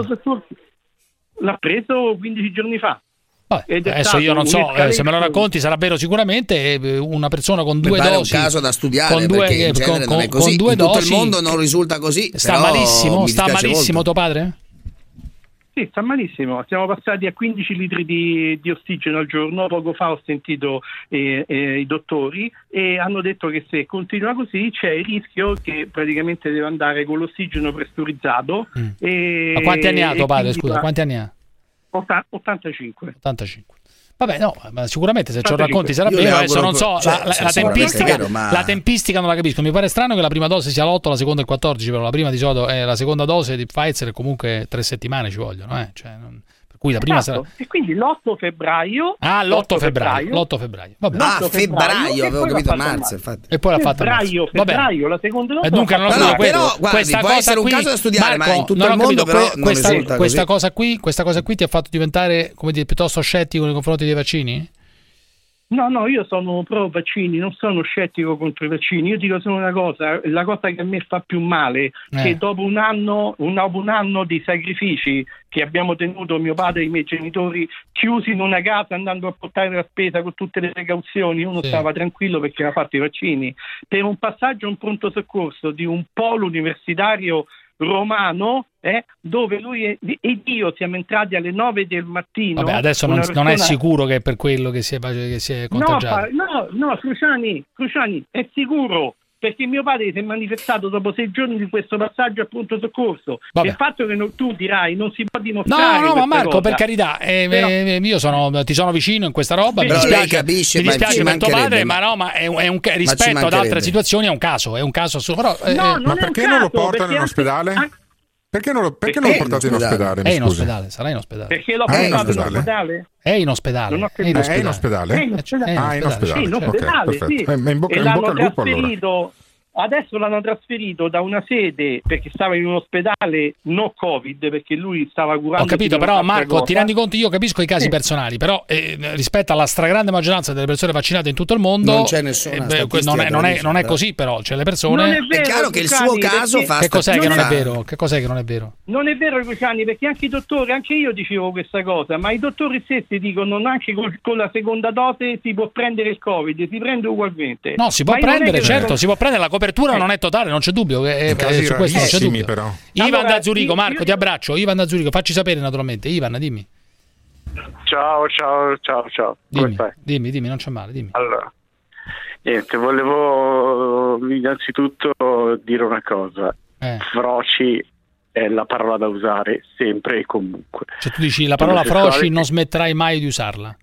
preso 15 giorni fa. Adesso io non so, se me lo racconti sarà vero sicuramente. Una persona con 2 dosi è un caso da studiare, perché in genere non è così. Con 2 dosi, tutto il mondo non risulta così. Sta malissimo tuo padre? Sì, sta malissimo. Siamo passati a 15 litri di ossigeno al giorno. Poco fa ho sentito i dottori e hanno detto che se continua così c'è il rischio che praticamente deve andare con l'ossigeno pressurizzato. Ma quanti anni ha tuo padre? Scusa, quanti anni ha? 85. Vabbè, no, ma sicuramente se ce lo racconti sarà vero. Adesso non so, la tempistica, la tempistica non la capisco. Mi pare strano che la prima dose sia l'8, la seconda il 14, però la prima di solito è la seconda dose di Pfizer, e comunque 3 settimane ci vogliono, Cioè, per cui la prima sarà. E quindi l'8 febbraio. L'8 febbraio. Vabbè. Febbraio, avevo capito marzo, infatti. E poi l'ha fatta febbraio, la seconda dose. Dunque non lo però questa può essere un caso da studiare, Marco, ma in tutto il mondo però questa cosa qui ti ha fatto diventare, come dire, piuttosto scettico nei confronti dei vaccini? No, io sono pro vaccini, non sono scettico contro i vaccini. Io dico solo una cosa, la cosa che a me fa più male, che dopo un anno di sacrifici che abbiamo tenuto mio padre e i miei genitori chiusi in una casa andando a portare la spesa con tutte le precauzioni, uno stava tranquillo perché aveva fatto i vaccini, per un passaggio a un pronto soccorso di un polo universitario romano, dove lui e io siamo entrati alle 9 del mattino. Vabbè, adesso non è sicuro che è per quello che si è contagiato. No, Cruciani, è sicuro, perché mio padre si è manifestato dopo 6 giorni di questo passaggio a pronto soccorso. Vabbè. Il fatto che tu dirai non si può dimostrare. No, ma Marco, cosa, per carità, io ti sono vicino in questa roba. Mi dispiace per tuo padre, ma è un rispetto ad altre situazioni è un caso assoluto. Ma perché non lo portano in ospedale? Perché non lo portate in ospedale? È in ospedale, sarà in ospedale. Perché l'ho portato in ospedale? È in ospedale. È in ospedale? Sì. In bocca al lupo allora. Adesso l'hanno trasferito da una sede perché stava in un ospedale no Covid, perché lui stava curando. Ho capito, però Marco, ti rendi conto, io capisco i casi personali, però rispetto alla stragrande maggioranza delle persone vaccinate in tutto il mondo non c'è nessuna non è così, però cioè le persone è chiaro che il suo caso fa che cos'è che non è vero? Che cos'è che non è vero? Non è vero, Cruciani, perché anche i dottori, anche io dicevo questa cosa, ma i dottori stessi dicono anche con la seconda dose si può prendere il Covid, si prende ugualmente. No, si può prendere, certo, si può prendere, la copertura non è totale, non c'è dubbio, su questo non c'è dubbio. Però. Ivan da Zurigo, Marco, ti abbraccio. Ivan da Zurigo, facci sapere naturalmente. Ivan, dimmi. Ciao. Come stai? Dimmi, non c'è male, dimmi. Allora, niente, volevo innanzitutto dire una cosa. Froci è la parola da usare sempre e comunque. Cioè tu dici la parola froci non smetterai mai di usarla?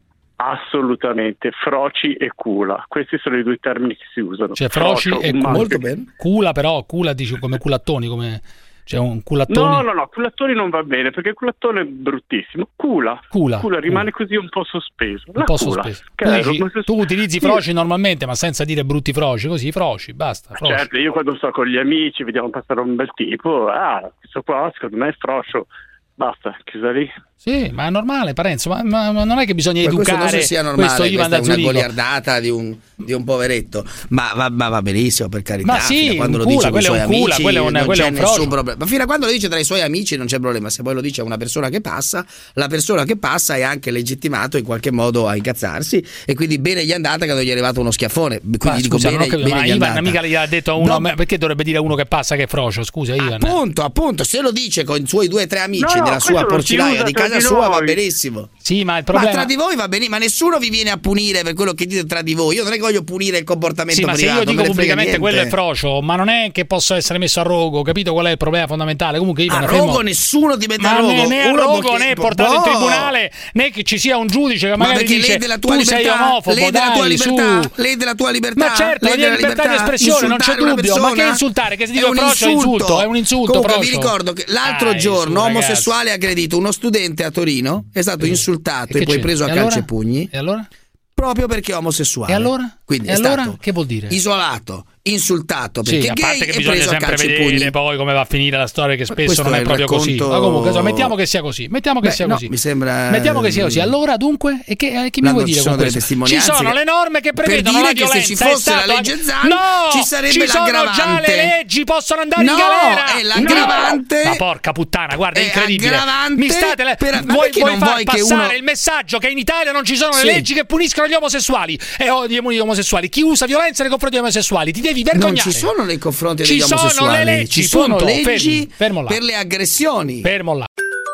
Assolutamente, froci e cula, questi sono i due termini che si usano. Cioè froci e molto bene. Cula, però cula dici come culattoni, come c'è un culattone. No, culattoni non va bene perché il culattone è bruttissimo. Cula rimane così un po' sospeso. Sospeso. Tu utilizzi froci normalmente, ma senza dire brutti froci, così froci, basta. Froci. Certo, io quando sto con gli amici, vediamo passare un bel tipo, questo qua secondo me è frocio. Basta, chiusa lì. Sì, ma è normale, Parenzo, ma non è che bisogna educare. Questo non sia normale, questa è una goliardata di un poveretto, ma va benissimo, per carità. Ma sì, quando lo dice con i suoi amici non c'è nessun problema. Ma fino a quando lo dice tra i suoi amici non c'è problema, se poi lo dice a una persona che passa, la persona che passa è anche legittimato in qualche modo a incazzarsi, e quindi bene gli è andata che non gli è arrivato uno schiaffone. Quindi dico bene gli è andata. Mica gli ha detto a uno, perché dovrebbe dire a uno che passa che è frocio, scusa Ivan. Appunto, se lo dice con i suoi 2 o 3 amici della sua porcilaia di casa sua va benissimo. Sì, ma il problema... Ma tra di voi va benissimo, ma nessuno vi viene a punire per quello che dite tra di voi. Io non è che voglio punire il comportamento privato. Sì, ma se io dico pubblicamente quello è frocio, ma non è che possa essere messo a rogo, capito qual è il problema fondamentale? Comunque io a rogo nessuno ti mette a rogo. Né a rogo né portato in tribunale, né che ci sia un giudice che magari dice tu sei omofobo, dai, su. Lede la tua libertà. Ma certo, la libertà di espressione, non c'è dubbio. Ma che insultare? Che se dico frocio è un insulto. Comunque vi ricordo che l'altro giorno omosessuale ha aggredito uno studente a Torino, è stato insultato e poi preso a calci e pugni. E allora? Proprio perché è omosessuale. E allora? Quindi è stato che vuol dire? Isolato, insultato perché a gay parte che e bisogna preso a sempre calci e vedere pugni. poi come va a finire la storia, che spesso Questo non è proprio racconto... così. Ma comunque mettiamo che sia così. Mi sembra. Mettiamo che sia così. Allora dunque e che mi vuoi dire con questo? Ci sono le norme che prevedono la violenza. Se ci fosse la legge Zan, ci sarebbe l'aggravante. Ci sono già le leggi, possono andare in galera. È l'aggravante. Ma porca puttana, guarda, è incredibile. Mi state vuoi far passare il messaggio che in Italia non ci sono le leggi che puniscono gli omosessuali e odiano gli omosessuali. Chi usa violenza nei confronti degli omosessuali, ti devi vergognare. Non ci sono nei confronti degli omosessuali. Sono le leggi, ci sono leggi fermo per le aggressioni. Fermo là.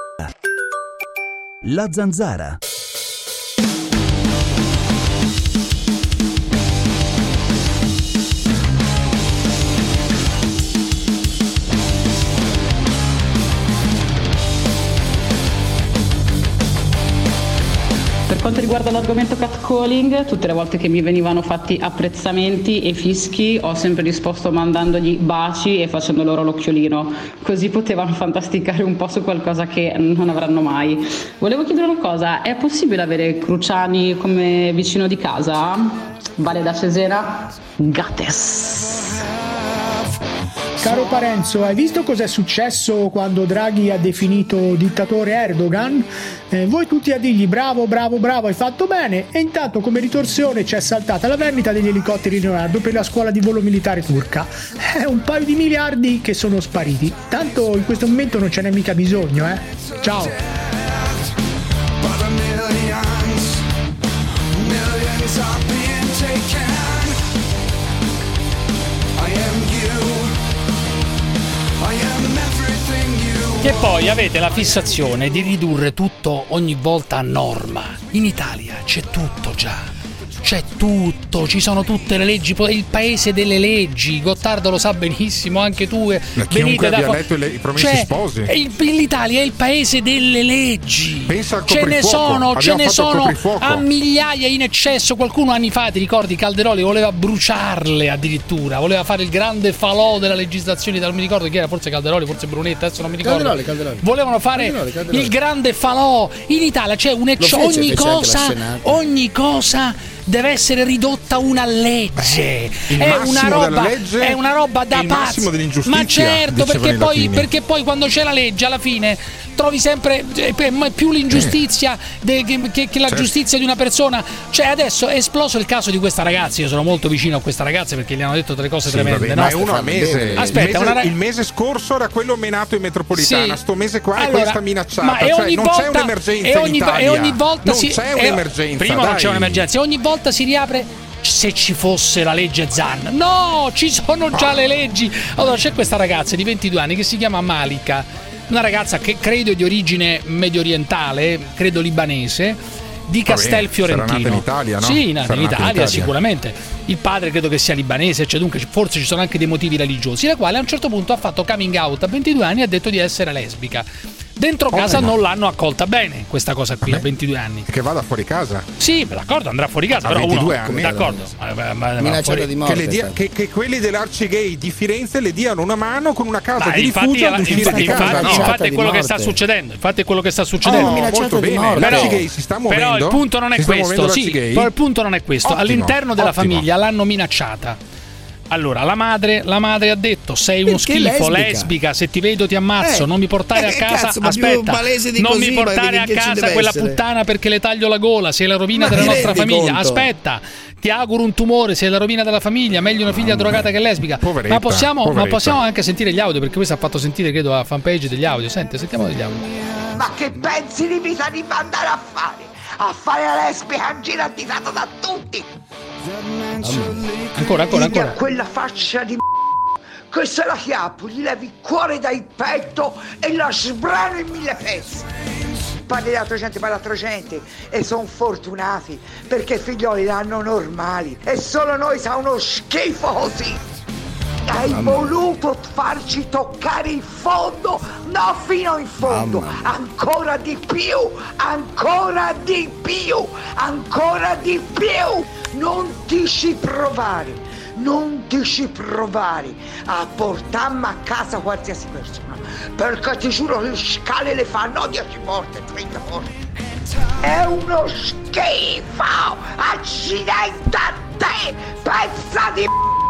La Zanzara. Per quanto riguarda l'argomento catcalling, tutte le volte che mi venivano fatti apprezzamenti e fischi ho sempre risposto mandandogli baci e facendo loro l'occhiolino, così potevano fantasticare un po' su qualcosa che non avranno mai. Volevo chiedere una cosa, è possibile avere Cruciani come vicino di casa? Vale da Cesena? Gates. Caro Parenzo, hai visto cos'è successo quando Draghi ha definito dittatore Erdogan? Voi tutti a dirgli bravo, hai fatto bene, e intanto come ritorsione c'è saltata la vendita degli elicotteri Leonardo per la scuola di volo militare turca. Un paio di miliardi che sono spariti. Tanto in questo momento non ce n'è mica bisogno, Ciao. Che poi avete la fissazione di ridurre tutto ogni volta a norma. In Italia c'è tutto già. C'è tutto, ci sono tutte le leggi, il paese delle leggi. Gottardo lo sa benissimo, anche tu. Chiunque abbia letto i Promessi Sposi. L'Italia è il paese delle leggi. Pensa al coprifuoco. Ce ne sono a migliaia in eccesso. Qualcuno anni fa, ti ricordi, Calderoli voleva bruciarle addirittura, voleva fare il grande falò della legislazione, non mi ricordo chi era, forse Calderoli, forse Brunetta, adesso non mi ricordo. Calderoli. Volevano fare il grande falò. In Italia c'è ogni cosa deve essere ridotta una legge. È una roba da pazzi. Ma certo, perché poi quando c'è la legge alla fine trovi sempre più l'ingiustizia che la giustizia di una persona. Cioè adesso è esploso il caso di questa ragazza. Io sono molto vicino a questa ragazza perché gli hanno detto delle cose tremende. Ma è uno al mese. Aspetta, il mese scorso era quello menato in metropolitana. Sto mese qua è questa minacciata. Ma non c'è un'emergenza in Italia. E ogni volta non c'è un'emergenza. Prima non c'è un'emergenza. E ogni volta si riapre. Se ci fosse la legge Zan, no, ci sono già le leggi. Allora c'è questa ragazza di 22 anni che si chiama Malika, una ragazza che credo è di origine medio orientale, credo libanese, di Castelfiorentino. Sarà nata in Italia, no? Sì, nata in Italia sicuramente. Il padre credo che sia libanese, cioè dunque forse ci sono anche dei motivi religiosi, la quale a un certo punto ha fatto coming out a 22 anni e ha detto di essere lesbica. Dentro casa non l'hanno accolta bene questa cosa qui a 22 anni. Che vada fuori casa. Sì, d'accordo, andrà fuori casa, però 22 anni. D'accordo. Minacciata di morte. Che quelli dell'Arcigay di Firenze le diano una mano con una casa di rifugio ad uscire di casa. Infatti è quello che sta succedendo. Molto bene. L'Arcigay si sta muovendo. Però il punto non è questo. Però il punto non è questo. All'interno della famiglia l'hanno minacciata. Allora la madre ha detto: sei uno schifo, lesbica, se ti vedo ti ammazzo, non mi portare a casa, aspetta, non mi portare a casa quella puttana perché le taglio la gola, sei la rovina della nostra famiglia, aspetta, ti auguro un tumore, sei la rovina della famiglia, meglio una figlia drogata che lesbica. Poveretta, ma possiamo anche sentire gli audio, perché questo ha fatto sentire credo la fanpage degli audio. Sentiamo degli audio. Ma che pensi di vita di andare a fare? A fare la lesbica giratizzata da tutti. Ancora. Quella faccia di che se la chiappo, gli levi il cuore dal petto e la sbrano in 1000 pezzi. Parli di altra gente e sono fortunati perché i figlioli l'hanno normali e solo noi siamo uno schifo così. Hai voluto farci toccare il fondo? No, fino in fondo. Ancora di più. Non ti ci provare a portarmi a casa qualsiasi persona, perché ti giuro che le scale le fanno 10 volte, 30 volte. È uno schifo. Accidenti a te, pezza di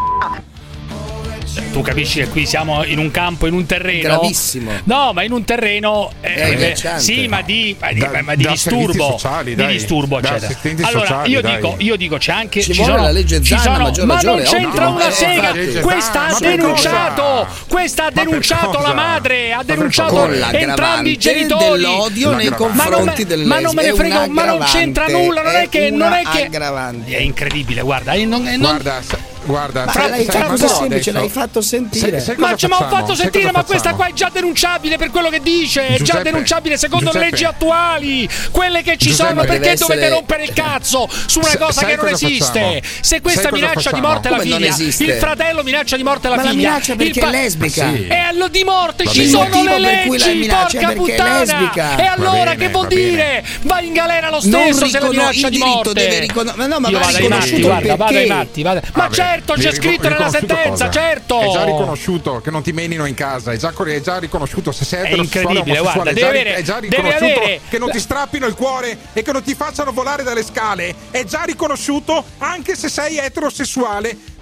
Tu capisci che qui siamo in un campo, in un terreno gravissimo. No, ma in un terreno sì, ma di disturbo, eccetera. Allora, io dico c'è anche ci sono la legge Zan, ma non c'entra una sega. Questa ha denunciato la madre, ha denunciato entrambi i genitori dell'odio nei confronti delle ma non me ne frega, ma non c'entra nulla, non è che aggravante. È incredibile, guarda, Guarda, l'hai fatto sentire. Ma ho fatto sentire, ma questa qua è già denunciabile per quello che dice. È già denunciabile secondo le leggi attuali, quelle che ci sono. Perché dovete rompere il cazzo su una cosa che non esiste? Se questa minaccia di morte alla figlia, il fratello minaccia di morte alla figlia, ma la minaccia perché è lesbica. E allora di morte ci sono le leggi, porca puttana. E allora che vuol dire? Vai in galera lo stesso se la minaccia di morte. Io vado ai matti, guarda, vado ai matti. Ma certo, c'è scritto nella sentenza, certo. È già riconosciuto che non ti menino in casa, è già riconosciuto se sei eterosessuale o omosessuale, è già riconosciuto che non ti strappino il cuore e che non ti facciano volare dalle scale, è già riconosciuto anche se sei eterosessuale.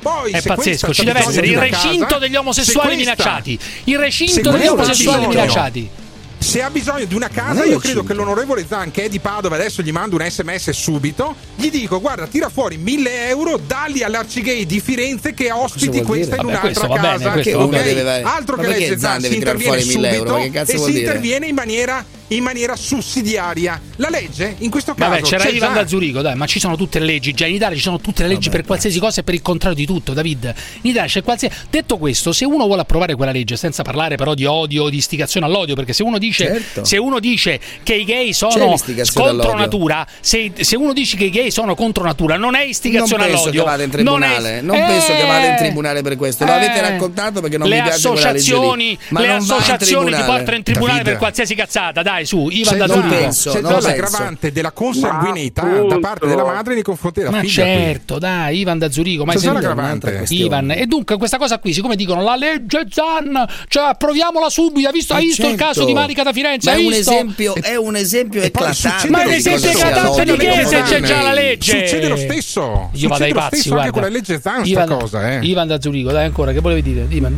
Poi, è pazzesco, ci deve essere il recinto degli omosessuali minacciati. Il recinto degli omosessuali minacciati. Se ha bisogno di una casa, io credo che l'onorevole Zan, che è di Padova, adesso gli mando un SMS subito, gli dico: guarda, tira fuori 1.000 euro, dalli all'Arcigay di Firenze che ospiti questa in un'altra casa. Altro che legge Zan, si interviene subito e si interviene in maniera sussidiaria. La legge in questo caso c'era Ivan da Zurigo, dai, ma ci sono tutte le leggi, già in Italia ci sono tutte le leggi per qualsiasi cosa e per il contrario di tutto, David. In Italia c'è qualsiasi. Detto questo, se uno vuole approvare quella legge, senza parlare però di odio, di istigazione all'odio, perché se uno dice se uno dice che i gay sono contro natura, se uno dice che i gay sono contro natura, non è istigazione all'odio. Non penso che vada in tribunale per questo. Lo avete raccontato perché non mi piace quella legge lì. Le associazioni ti portano in tribunale per qualsiasi cazzata. Dai, su, Ivan da Zurigo. C'è l'aggravante della consanguinità da parte della madre nei confronti della figlia. Ma certo, dai, Ivan da Zurigo. Ma Ivan. E dunque questa cosa qui, siccome dicono la legge Zan, cioè approviamola subito. Hai visto il caso di Marica da Firenze? Ma è un esempio eclatante. Ma è un esempio eclatante di che se c'è già la legge? Succede lo stesso. Io vado ai pazzi, guarda. Anche con la legge Zan sta cosa, Ivan da Zurigo, dai ancora, che volevi dire? Ivan,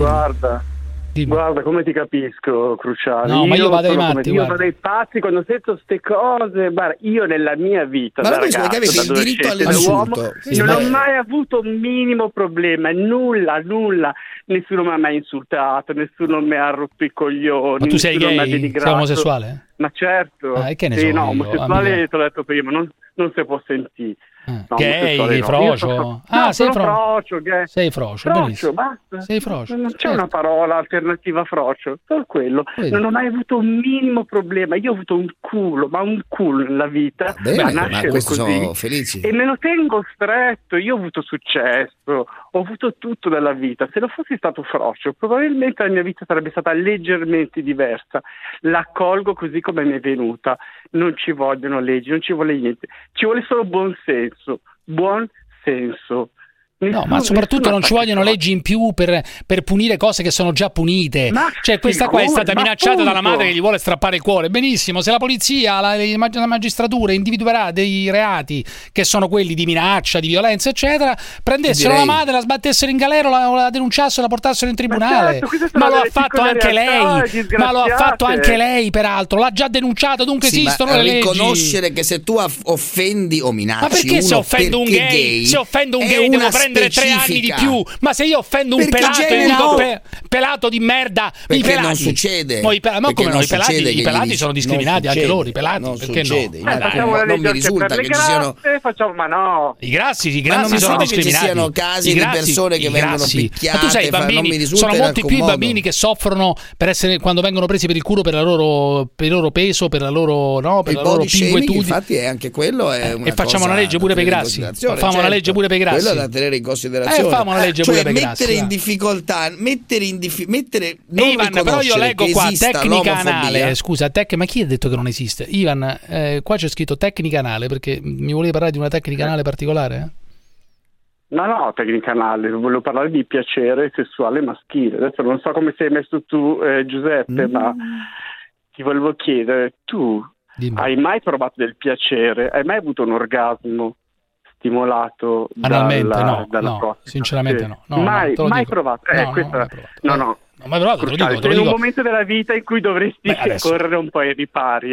Guarda come ti capisco, Cruciani. No, ma io vado ai matti. Io vado ai pazzi quando sento ste cose. Guarda, io nella mia vita da ragazzo, da adolescente, da uomo, non ho mai avuto un minimo problema, nulla. Nessuno mi ha mai insultato, nessuno mi ha rotto i coglioni. Ma tu sei gay? Sei omosessuale? Ma certo. Che ne so no, omosessuale te l'ho detto prima, non si può sentire. No, gay, frocio. Sei frocio, gay. Sei frocio, benissimo. Basta. Sei frocio. Non c'è una parola alternativa a frocio, solo quello. Non ho mai avuto un minimo problema. Io ho avuto un culo nella vita. Bene, ma questo così. sono felici. E me lo tengo stretto. Io ho avuto successo, ho avuto tutto dalla vita. Se lo fossi stato frocio, probabilmente la mia vita sarebbe stata leggermente diversa. L'accolgo così come mi è venuta. Non ci vogliono leggi, non ci vuole niente. Ci vuole solo buon senso. No, ma soprattutto non ci vogliono leggi in più per punire cose che sono già punite. Cioè questa qua è stata minacciata dalla madre che gli vuole strappare il cuore. Benissimo, se la polizia, la magistratura individuerà dei reati che sono quelli di minaccia, di violenza eccetera, prendessero la madre, la sbattessero in galera, la denunciassero, la portassero in tribunale. Ma lo ha fatto anche lei. Ma lo ha fatto anche lei, peraltro. L'ha già denunciato, dunque esistono le leggi. Riconoscere che se tu offendi o minacci ma perché se offendo un gay devo prendere 3 anni di più? Ma se io offendo un pelato e dico pelato di merda, i pelati non succede. Ma come no? I pelati sono discriminati anche loro, i pelati, perché succede, no? Non mi risulta che ci siano ma no. I grassi sono discriminati. Che ci siano casi di persone che vengono picchiate. Ma tu sai, i bambini sono molti più i bambini che soffrono quando vengono presi per il culo per il loro peso, per la loro pinguitudine. Infatti è anche quello e facciamo una legge pure per i grassi. Facciamo una legge pure per i grassi. Quello da tenere in considerazione. Famo una legge pure per i grassi. Mettere in difficoltà, mettere non Ivan, però io leggo qua tecnica anale. Scusa, ma chi ha detto che non esiste? Ivan, qua c'è scritto tecnica anale perché mi volevi parlare di una tecnica anale particolare? No, tecnica anale, volevo parlare di piacere sessuale maschile. Adesso non so come sei messo tu, Giuseppe, ma ti volevo chiedere, tu hai mai provato del piacere? Hai mai avuto un orgasmo stimolato analmente? dalla no, sinceramente no. Mai provato? No. Ma te lo dico. In un momento della vita in cui dovresti correre un po' ai ripari.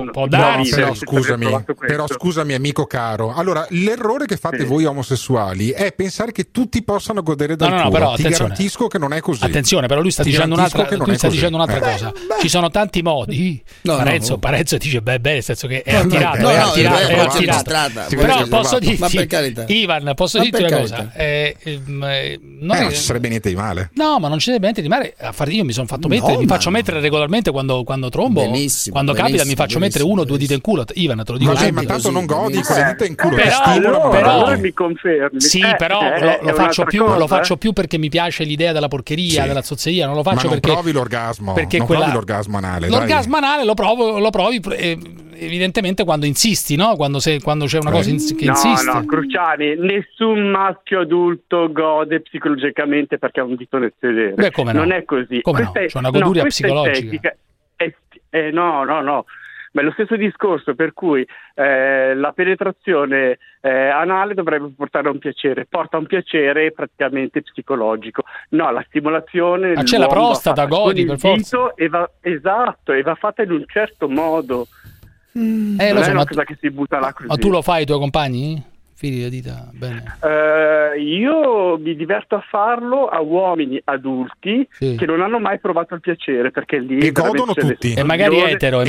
Però scusami amico caro. Allora, l'errore che fate voi omosessuali è pensare che tutti possano godere dal culo. Però, ti garantisco che non è così. Attenzione, però lui sta dicendo un'altra cosa. Ci sono tanti modi. Parenzo dice nel senso che è attirato. Però posso dirti, Ivan, una cosa. Non ci sarebbe niente di male. No, ma non ci sarebbe niente di male. Io mi sono fatto mettere, mi faccio mettere regolarmente quando trombo, quando capita mi faccio mettere 1 o 2 dita in culo. Ivan, te lo dico ma tanto non godi con le dita in culo. Però mi confermi. Sì, però lo faccio più perché mi piace l'idea della porcheria, della zozzeria. Non lo faccio perché non provi l'orgasmo. Provi l'orgasmo anale. L'orgasmo anale lo provi evidentemente quando insisti, no? Quando c'è una cosa che insiste. No, Cruciani, nessun maschio adulto gode psicologicamente perché ha un dito nel sedere. Come no? Non è così. Come no? C'è una goduria psicologica. No. Ma è lo stesso discorso per cui la penetrazione anale dovrebbe portare a un piacere, porta a un piacere praticamente psicologico. No, la stimolazione c'è la prostata, godi per forza. E va fatta in un certo modo. Non è una cosa che si butta là così. Ma tu lo fai ai tuoi compagni? Fili le dita bene. Io mi diverto a farlo a uomini adulti che non hanno mai provato il piacere, perché lì e godono tutti. E magari etero.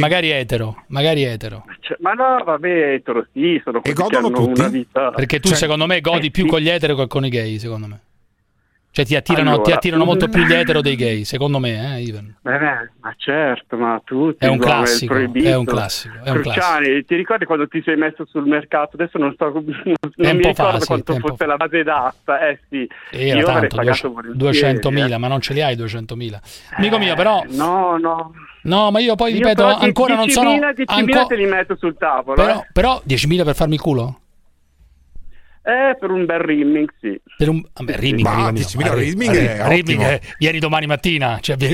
Ma no, vabbè, etero sì, sono quelli che hanno tutti? Una vita. Perché tu secondo me godi più con gli etero che con i gay, secondo me. Cioè ti attirano molto più gli etero dei gay, secondo me, Ivan. Ma certo, ma tutti. È un classico. Cruciani, ti ricordi quando ti sei messo sul mercato? Adesso non mi ricordo quanto fosse la base d'asta. Sì. Era io tanto, avrei pagato 200.000, ma non ce li hai 200.000. Amico mio, però. No, ma io poi ripeto, ancora non sono. 10.000 te li metto sul tavolo. Però 10.000 per farmi il culo? Per un bel rimming, sì. Per un rimming, rimming vieni domani mattina, certo.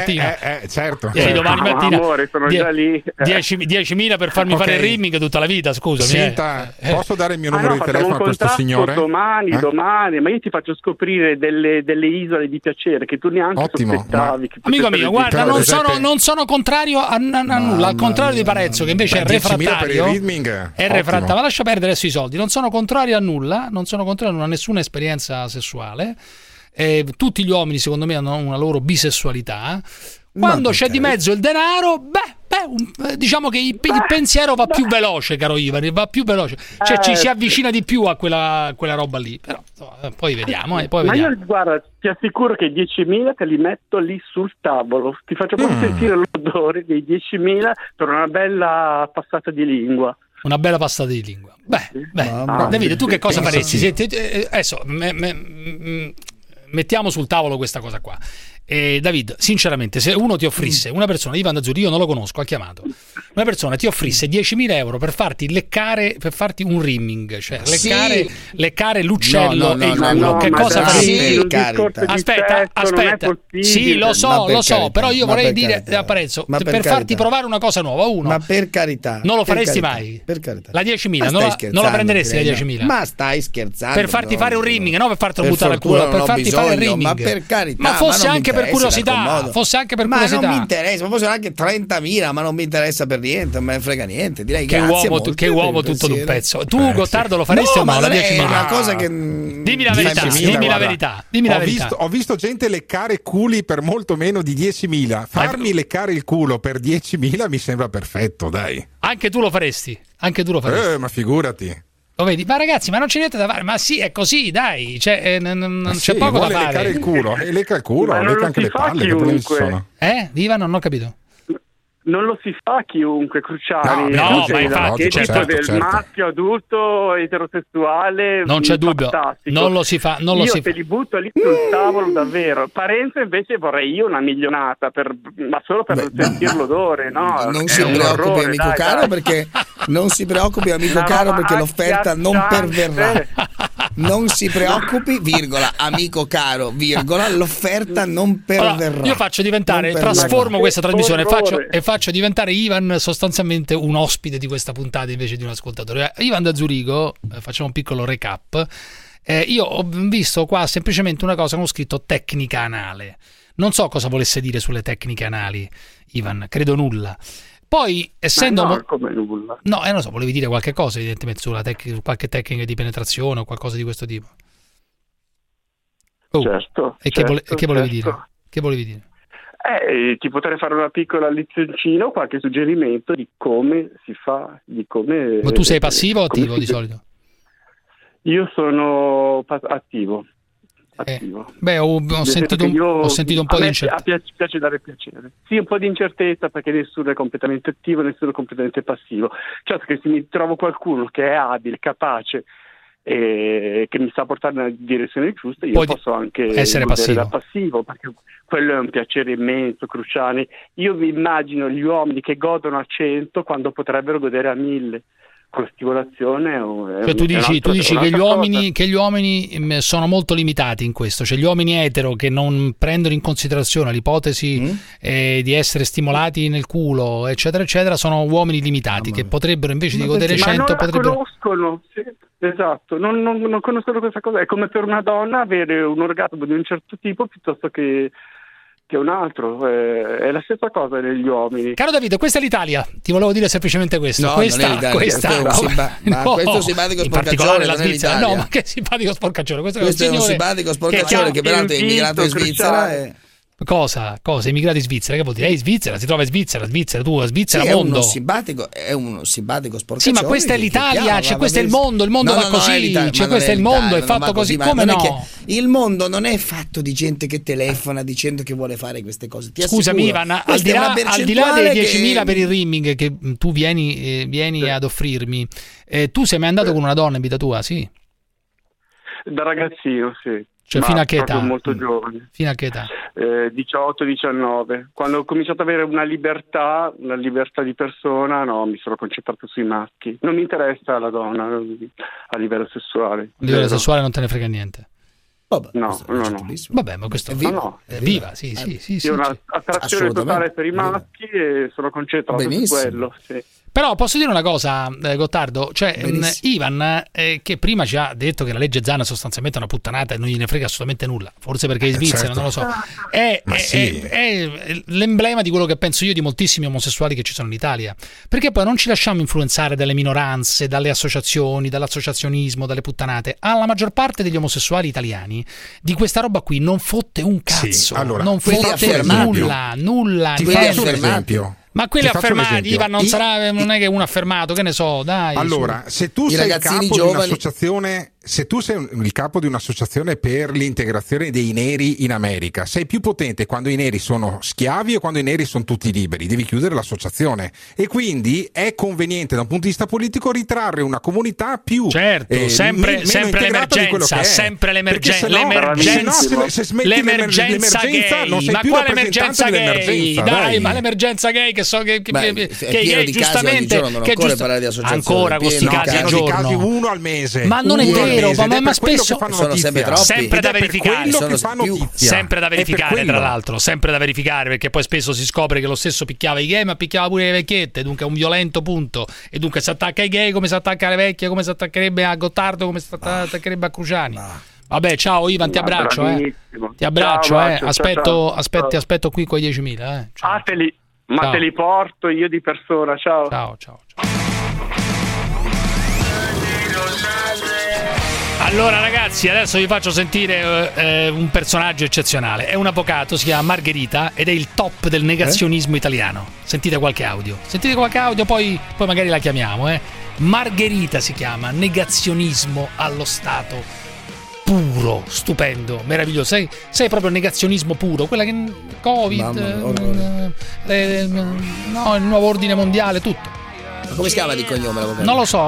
Vieni domani mattina. Amore, sono già lì. 10.000 per farmi fare il rimming tutta la vita, scusami. Senta, posso dare il mio numero di telefono a questo signore? Domani, ma io ti faccio scoprire delle isole di piacere che tu neanche sospettavi. Amico mio, guarda, non sono contrario a nulla, al contrario di Parezzo, che invece è refrattario. Ma lascia perdere adesso i soldi, non sono contrario a nulla. Non sono contrario a nessuna esperienza sessuale. Tutti gli uomini, secondo me, hanno una loro bisessualità. Quando c'è di mezzo il denaro, diciamo che il pensiero va più veloce, caro Ivan, va più veloce. Cioè ci si avvicina di più a quella roba lì. Però poi vediamo. Ma io, guarda, ti assicuro che 10.000 te li metto lì sul tavolo. Ti faccio proprio sentire l'odore dei 10.000 per una bella passata di lingua. Una bella passata di lingua. Davide, tu che cosa faresti? Adesso mettiamo sul tavolo questa cosa qua. David, sinceramente, se uno ti offrisse, una persona, Ivan Azzurri, io non lo conosco, ha chiamato, una persona ti offrisse 10.000 euro per farti un rimming, cioè leccare l'uccello e il culo, che cosa faresti? Aspetta, sì, lo so, però io vorrei dire a Parezzo, per farti provare una cosa nuova, ma per carità, non lo faresti mai? Per carità. La 10.000, non la prenderesti la 10.000? Ma stai scherzando? Per farti fare un rimming, non per fartelo buttare al culo, per farti fare il rimming. Ma per carità, ma fosse anche per curiosità, ma non mi interessa, ma fossero anche 30.000, ma non mi interessa per niente, non me ne frega niente. Direi che uomo tutto d'un pezzo. Tu, Gottardo, lo faresti o no? La 10.000 è una cosa che dimmi la verità. Ho visto gente leccare culi per molto meno di 10.000. Farmi leccare il culo per 10.000 mi sembra perfetto, dai. Anche tu lo faresti? Ma figurati. Lo vedi? Ma ragazzi, ma non c'è niente da fare. Ma sì, è così, dai. Cioè, non c'è poco da fare. Leccare il culo, lecca il culo, lecca anche le palle. Che problemi ci sono? Viva, non ho capito. Non lo si fa chiunque, Cruciani. No, ma infatti, certo. Maschio adulto eterosessuale, non c'è dubbio, non lo si fa. Io te li butto lì sul tavolo, davvero. Parenzo invece vorrei io una milionata, ma solo per sentire l'odore, no? Non si preoccupi, amico caro, perché non si preoccupi, amico caro, perché l'offerta non perverrà. Non si preoccupi, virgola, amico caro, virgola, l'offerta non perverrà. Allora, io faccio diventare, trasformo questa trasmissione e faccio diventare Ivan sostanzialmente un ospite di questa puntata invece di un ascoltatore. Ivan da Zurigo, facciamo un piccolo recap. Io ho visto qua semplicemente una cosa con scritto tecnica anale. Non so cosa volesse dire sulle tecniche anali, Ivan, credo nulla. Poi, essendo come nulla. No, non so, volevi dire qualche cosa evidentemente su qualche tecnica di penetrazione o qualcosa di questo tipo. Certo. Che volevi dire? Che volevi dire? Ti potrei fare una piccola lezioncina o qualche suggerimento di come si fa, di come. Ma tu sei passivo o attivo di solito? Io sono attivo. Ho sentito un po' di incertezza. Piace dare piacere. Sì, un po' di incertezza, perché nessuno è completamente attivo, nessuno è completamente passivo. Certo che se mi trovo qualcuno che è abile, capace e che mi sa portare nella direzione giusta, io posso anche essere passivo. Da passivo, perché quello è un piacere immenso, Cruciani. Io vi immagino gli uomini che godono a 100 quando potrebbero godere a 1000. con la stimolazione. Cioè tu dici che gli uomini sono molto limitati in questo, cioè gli uomini etero che non prendono in considerazione l'ipotesi di essere stimolati nel culo, eccetera eccetera, sono uomini limitati che potrebbero invece di godere 100 potrebbero... conoscono, sì, esatto, non conoscono questa cosa. È come per una donna avere un orgasmo di un certo tipo piuttosto che un altro, è la stessa cosa negli uomini. Caro Davide, questa è l'Italia, ti volevo dire semplicemente questo. No, questa non è questo simpatico sporcaccione, la Svizzera. No, ma che simpatico sporcaccione, questo è un simpatico sporcaccione che peraltro è immigrato in Svizzera. Cosa? Immigrati in Svizzera? Che vuol dire? Svizzera, si trova in Svizzera, tu a Svizzera, mondo. È uno simpatico sporcaccione. Sì, ma questa è l'Italia, questo è il mondo va così, questo è il mondo, è fatto così, come no? Il mondo non è fatto di gente che telefona dicendo che vuole fare queste cose. Scusami Ivan, al di là dei 10.000 per il rimming che tu vieni ad offrirmi, tu sei mai andato con una donna in vita tua, sì? Da ragazzino, sì. Cioè fino a che età? Molto giovane. Fino a che età? 18-19. Quando ho cominciato ad avere una libertà di persona, no, mi sono concentrato sui maschi. Non mi interessa la donna a livello sessuale. A livello sessuale non te ne frega niente? Vabbè, no. Vabbè, ma questo è viva, sì. Io ho un'attrazione totale per i maschi e sono concentrato su quello, sì. Però posso dire una cosa, Gottardo, cioè Ivan che prima ci ha detto che la legge Zan è sostanzialmente una puttanata e non gliene frega assolutamente nulla, forse perché è in Svizzera, non lo so, è l'emblema di quello che penso io di moltissimi omosessuali che ci sono in Italia, perché poi non ci lasciamo influenzare dalle minoranze, dalle associazioni, dall'associazionismo, dalle puttanate. Alla maggior parte degli omosessuali italiani di questa roba qui non fotte un cazzo, non fotte nulla. Ti faccio un esempio. Ma quelli affermati, Ivan, non è che uno affermato, che ne so, dai. Allora, se tu sei il capo di un'associazione, se tu sei il capo di un'associazione per l'integrazione dei neri in America, sei più potente quando i neri sono schiavi o quando i neri sono tutti liberi, devi chiudere l'associazione. E quindi è conveniente da un punto di vista politico ritrarre una comunità più sempre l'emergenza, sempre l'emergenza gay. Non sei ma più quale emergenza gay? Dai, ma l'emergenza gay che so che gay giustamente ancora con questi casi al giorno, casi uno al mese, ma non è vero, ma spesso sono sempre troppi, sempre da verificare, tra l'altro, sempre da verificare, perché poi spesso si scopre che lo stesso picchiava i gay ma picchiava pure le vecchiette, dunque è un violento punto, e dunque si attacca ai gay come si attacca alle vecchie, come si attaccherebbe a Gottardo, come si attaccherebbe a Cruciani. Vabbè, ciao Ivan, ti abbraccio, ti abbraccio, ciao. Aspetto qui con i 10.000, ciao. Te li porto io di persona, ciao. Allora ragazzi, adesso vi faccio sentire un personaggio eccezionale. È un avvocato, si chiama Margherita ed è il top del negazionismo italiano. Sentite qualche audio, poi magari la chiamiamo. Margherita si chiama, negazionismo allo stato puro, stupendo, meraviglioso. Sei proprio negazionismo puro, quella che Covid, il nuovo ordine mondiale, tutto. Ma come si chiama di cognome l'avvocato? Non lo so.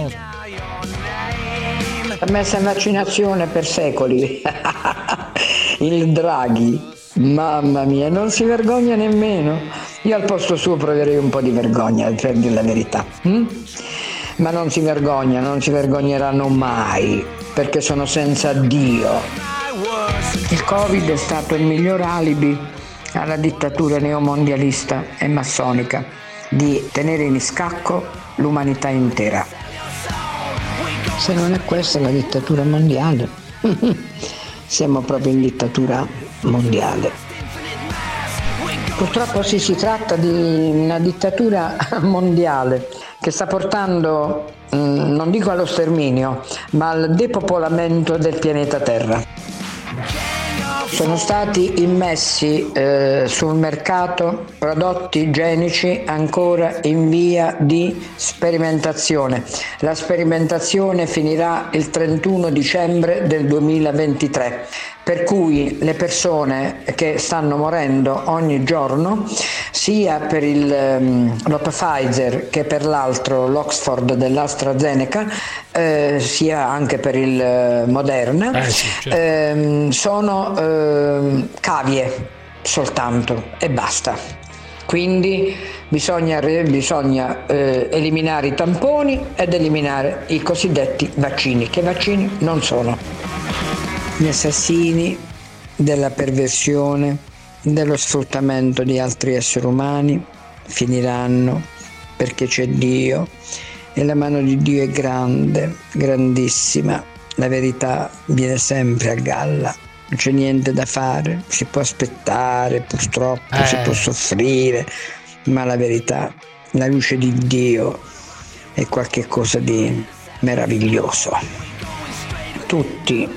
Ha messo in vaccinazione per secoli il Draghi, mamma mia, non si vergogna nemmeno. Io al posto suo proverei un po' di vergogna, per dire la verità. Ma non si vergogneranno mai, perché sono senza Dio. Il Covid è stato il miglior alibi alla dittatura neomondialista e massonica di tenere in scacco l'umanità intera. Se non è questa la dittatura mondiale, siamo proprio in dittatura mondiale. Purtroppo si tratta di una dittatura mondiale che sta portando, non dico allo sterminio, ma al depopolamento del pianeta Terra. Sono stati immessi sul mercato prodotti igienici ancora in via di sperimentazione. La sperimentazione finirà il 31 dicembre del 2023, per cui le persone che stanno morendo ogni giorno, sia per lo Pfizer che per l'altro, l'Oxford dell'AstraZeneca, sia anche per il Moderna, sono cavie soltanto e basta. Quindi Bisogna eliminare i tamponi ed eliminare i cosiddetti vaccini, che vaccini non sono. Gli assassini della perversione, dello sfruttamento di altri esseri umani finiranno, perché c'è Dio e la mano di Dio è grande, grandissima. La verità viene sempre a galla. Non c'è niente da fare, si può aspettare, purtroppo si può soffrire, ma la verità, la luce di Dio è qualcosa di meraviglioso. Tutti,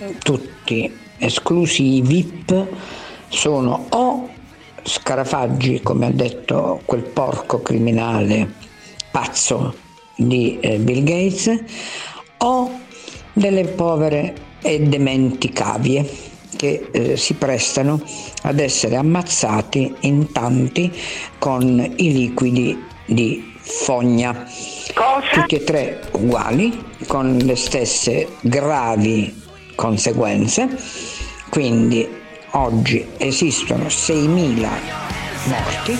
esclusi i VIP, sono o scarafaggi, come ha detto quel porco criminale pazzo di Bill Gates, o delle povere e dementi cavie che si prestano ad essere ammazzati in tanti con i liquidi di fogna. Tutti e tre uguali, con le stesse gravi conseguenze. Quindi oggi esistono 6.000 morti.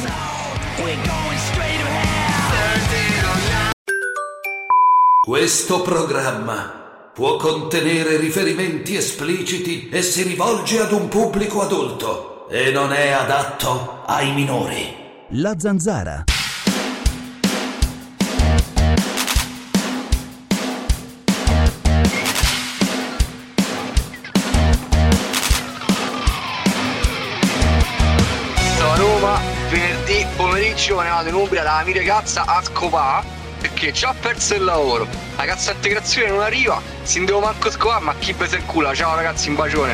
Questo programma può contenere riferimenti espliciti e si rivolge ad un pubblico adulto e non è adatto ai minori. La Zanzara. Roma, venerdì pomeriggio me ne vado in Umbria dalla mia ragazza a scopà perché già perso il lavoro, la cassa integrazione non arriva, si devo manco scopare, ma chi pesa il culo. Ciao ragazzi, un bacione.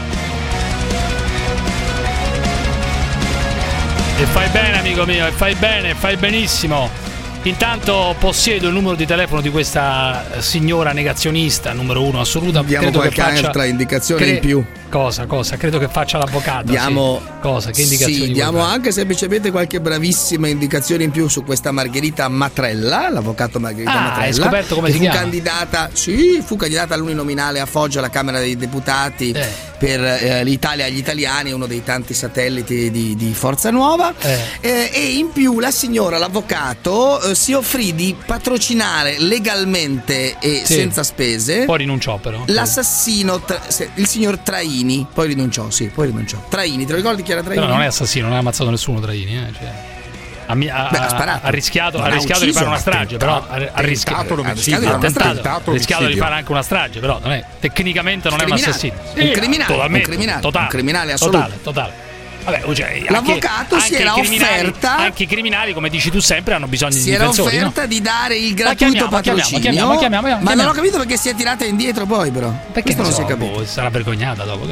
E fai bene amico mio, e fai bene, fai benissimo. Intanto possiedo il numero di telefono di questa signora negazionista numero 1 assoluta. Diamo qualche altra indicazione in più. Cosa? Credo che faccia l'avvocato. Diamo, sì. Cosa? Che indicazioni? Sì, diamo anche semplicemente qualche bravissima indicazione in più su questa Margherita Matrella, l'avvocato Margherita Matrella. Hai scoperto come si chiama? Fu candidata all'uninominale a Foggia alla Camera dei Deputati per l'Italia agli italiani, uno dei tanti satelliti di Forza Nuova. E in più la signora, l'avvocato, si offrì di patrocinare legalmente e senza spese. Poi rinunciò però. L'assassino, il signor Traini. Poi rinunciò. Traini, te lo ricordi chi era Traini? Però non è assassino, non ha ammazzato nessuno Traini, ha rischiato di fare una strage, però ha rischiato di fare anche una strage, però non è, tecnicamente non è un assassino. Un criminale assoluto. Totale. Vabbè, cioè, l'avvocato si era offerta. Anche i criminali, come dici tu sempre, hanno bisogno di difensori. Si era offerta di dare il gratuito patrocinio. Chiamiamo. Ma non ho capito perché si è tirata indietro poi, però. Perché non si è capito. Sarà vergognata dopo.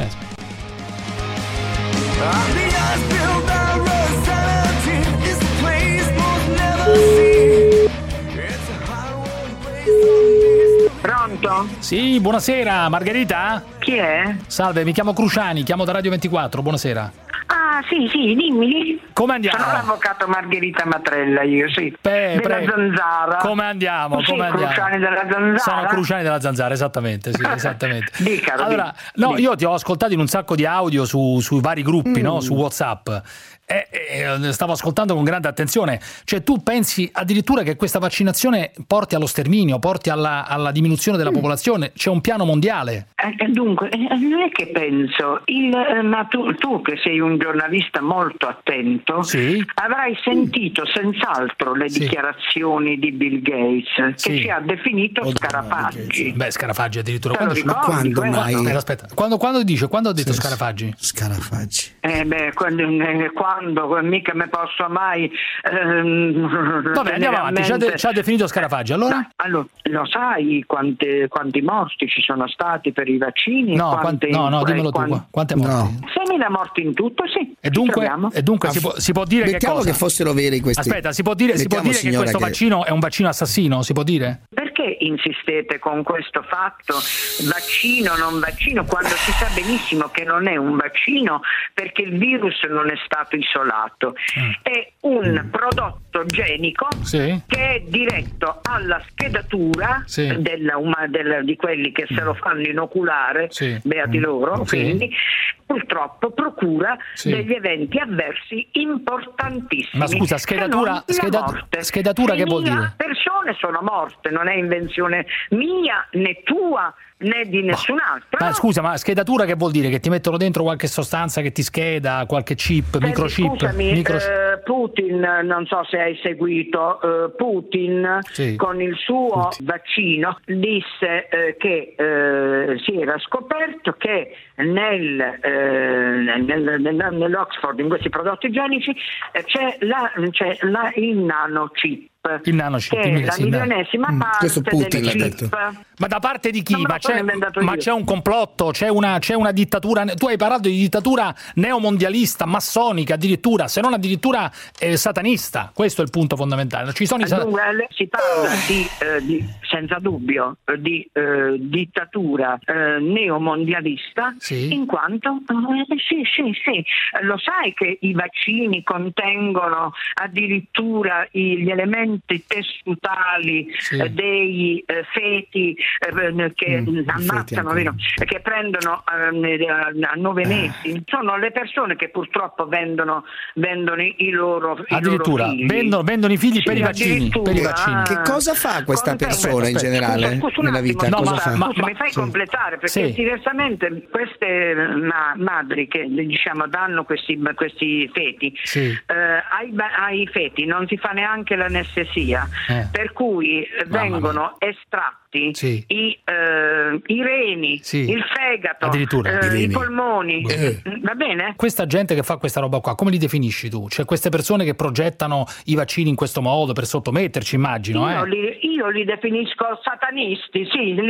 Pronto? Sì, buonasera, Margherita? Chi è? Salve, mi chiamo Cruciani, chiamo da Radio 24, buonasera. Ah, sì, dimmi. Come andiamo? Sono l'avvocato Margherita Matrella, io, sì. Della Zanzara. Come andiamo? Cruciani della Zanzara. Sono Cruciani della Zanzara, esattamente, sì, esattamente. Caro, allora, io ti ho ascoltato in un sacco di audio sui vari gruppi, no? Su WhatsApp. Stavo ascoltando con grande attenzione. Cioè, tu pensi addirittura che questa vaccinazione porti allo sterminio, porti alla diminuzione della popolazione? C'è un piano mondiale? Dunque, non è che penso, ma tu che sei un giornalista molto attento, avrai sentito senz'altro le dichiarazioni di Bill Gates, che ci ha definito scarafaggi. Beh, scarafaggi addirittura. Ma quando mai? Aspetta. Quando ha detto scarafaggi? Scarafaggi. Quando mica me posso mai vabbè, andiamo avanti, ci ha definito scarafaggi. Allora lo sai quanti morti ci sono stati per i vaccini? No, dimmelo tu, quante morti? 6.000 morti in tutto, sì. E dunque si può dire che fossero veri questi. Aspetta, si può dire che questo vaccino è un vaccino assassino? Si può dire? Perché insistete con questo fatto vaccino, non vaccino, quando si sa benissimo che non è un vaccino, perché il virus non è stato isolato, è un prodotto teratogenico sì. che è diretto alla schedatura sì. di quelli che se lo fanno inoculare, sì. beati loro, sì. quindi purtroppo procura sì. degli eventi avversi importantissimi. Ma scusa, schedatura che vuol dire? Persone sono morte, non è invenzione mia né tua né di nessun altro. Ma scusa, ma schedatura che vuol dire? Che ti mettono dentro qualche sostanza che ti scheda, qualche chip, microchip? Scusami, Putin, non so se hai seguito, Putin sì. con il suo vaccino disse che si era scoperto che nell'Oxford, in questi prodotti igienici, c'è il nanochip. Il nanochip, che è la milionesima parte del chip. Ma da parte di chi? Ma c'è un complotto, c'è una dittatura. Tu hai parlato di dittatura neomondialista, massonica addirittura, se non addirittura satanista. Questo è il punto fondamentale. Ci sono si parla senza dubbio di dittatura neomondialista, sì. in quanto sì, lo sai che i vaccini contengono addirittura gli elementi tessutali sì. dei feti che ammazzano, che prendono a 9 mesi. Sono le persone che purtroppo vendono i loro figli. Vendono i figli per i vaccini. Che cosa fa questa persona in generale nella vita? Mi fai completare, perché diversamente queste madri che danno questi feti, sì. ai feti non si fa neanche l'anestesia, per cui vengono estratti sì. i reni, sì. il fegato, i polmoni, va bene? Questa gente che fa questa roba qua, come li definisci tu? Cioè queste persone che progettano i vaccini in questo modo per sottometterci, immagino. Io li definisco satanisti,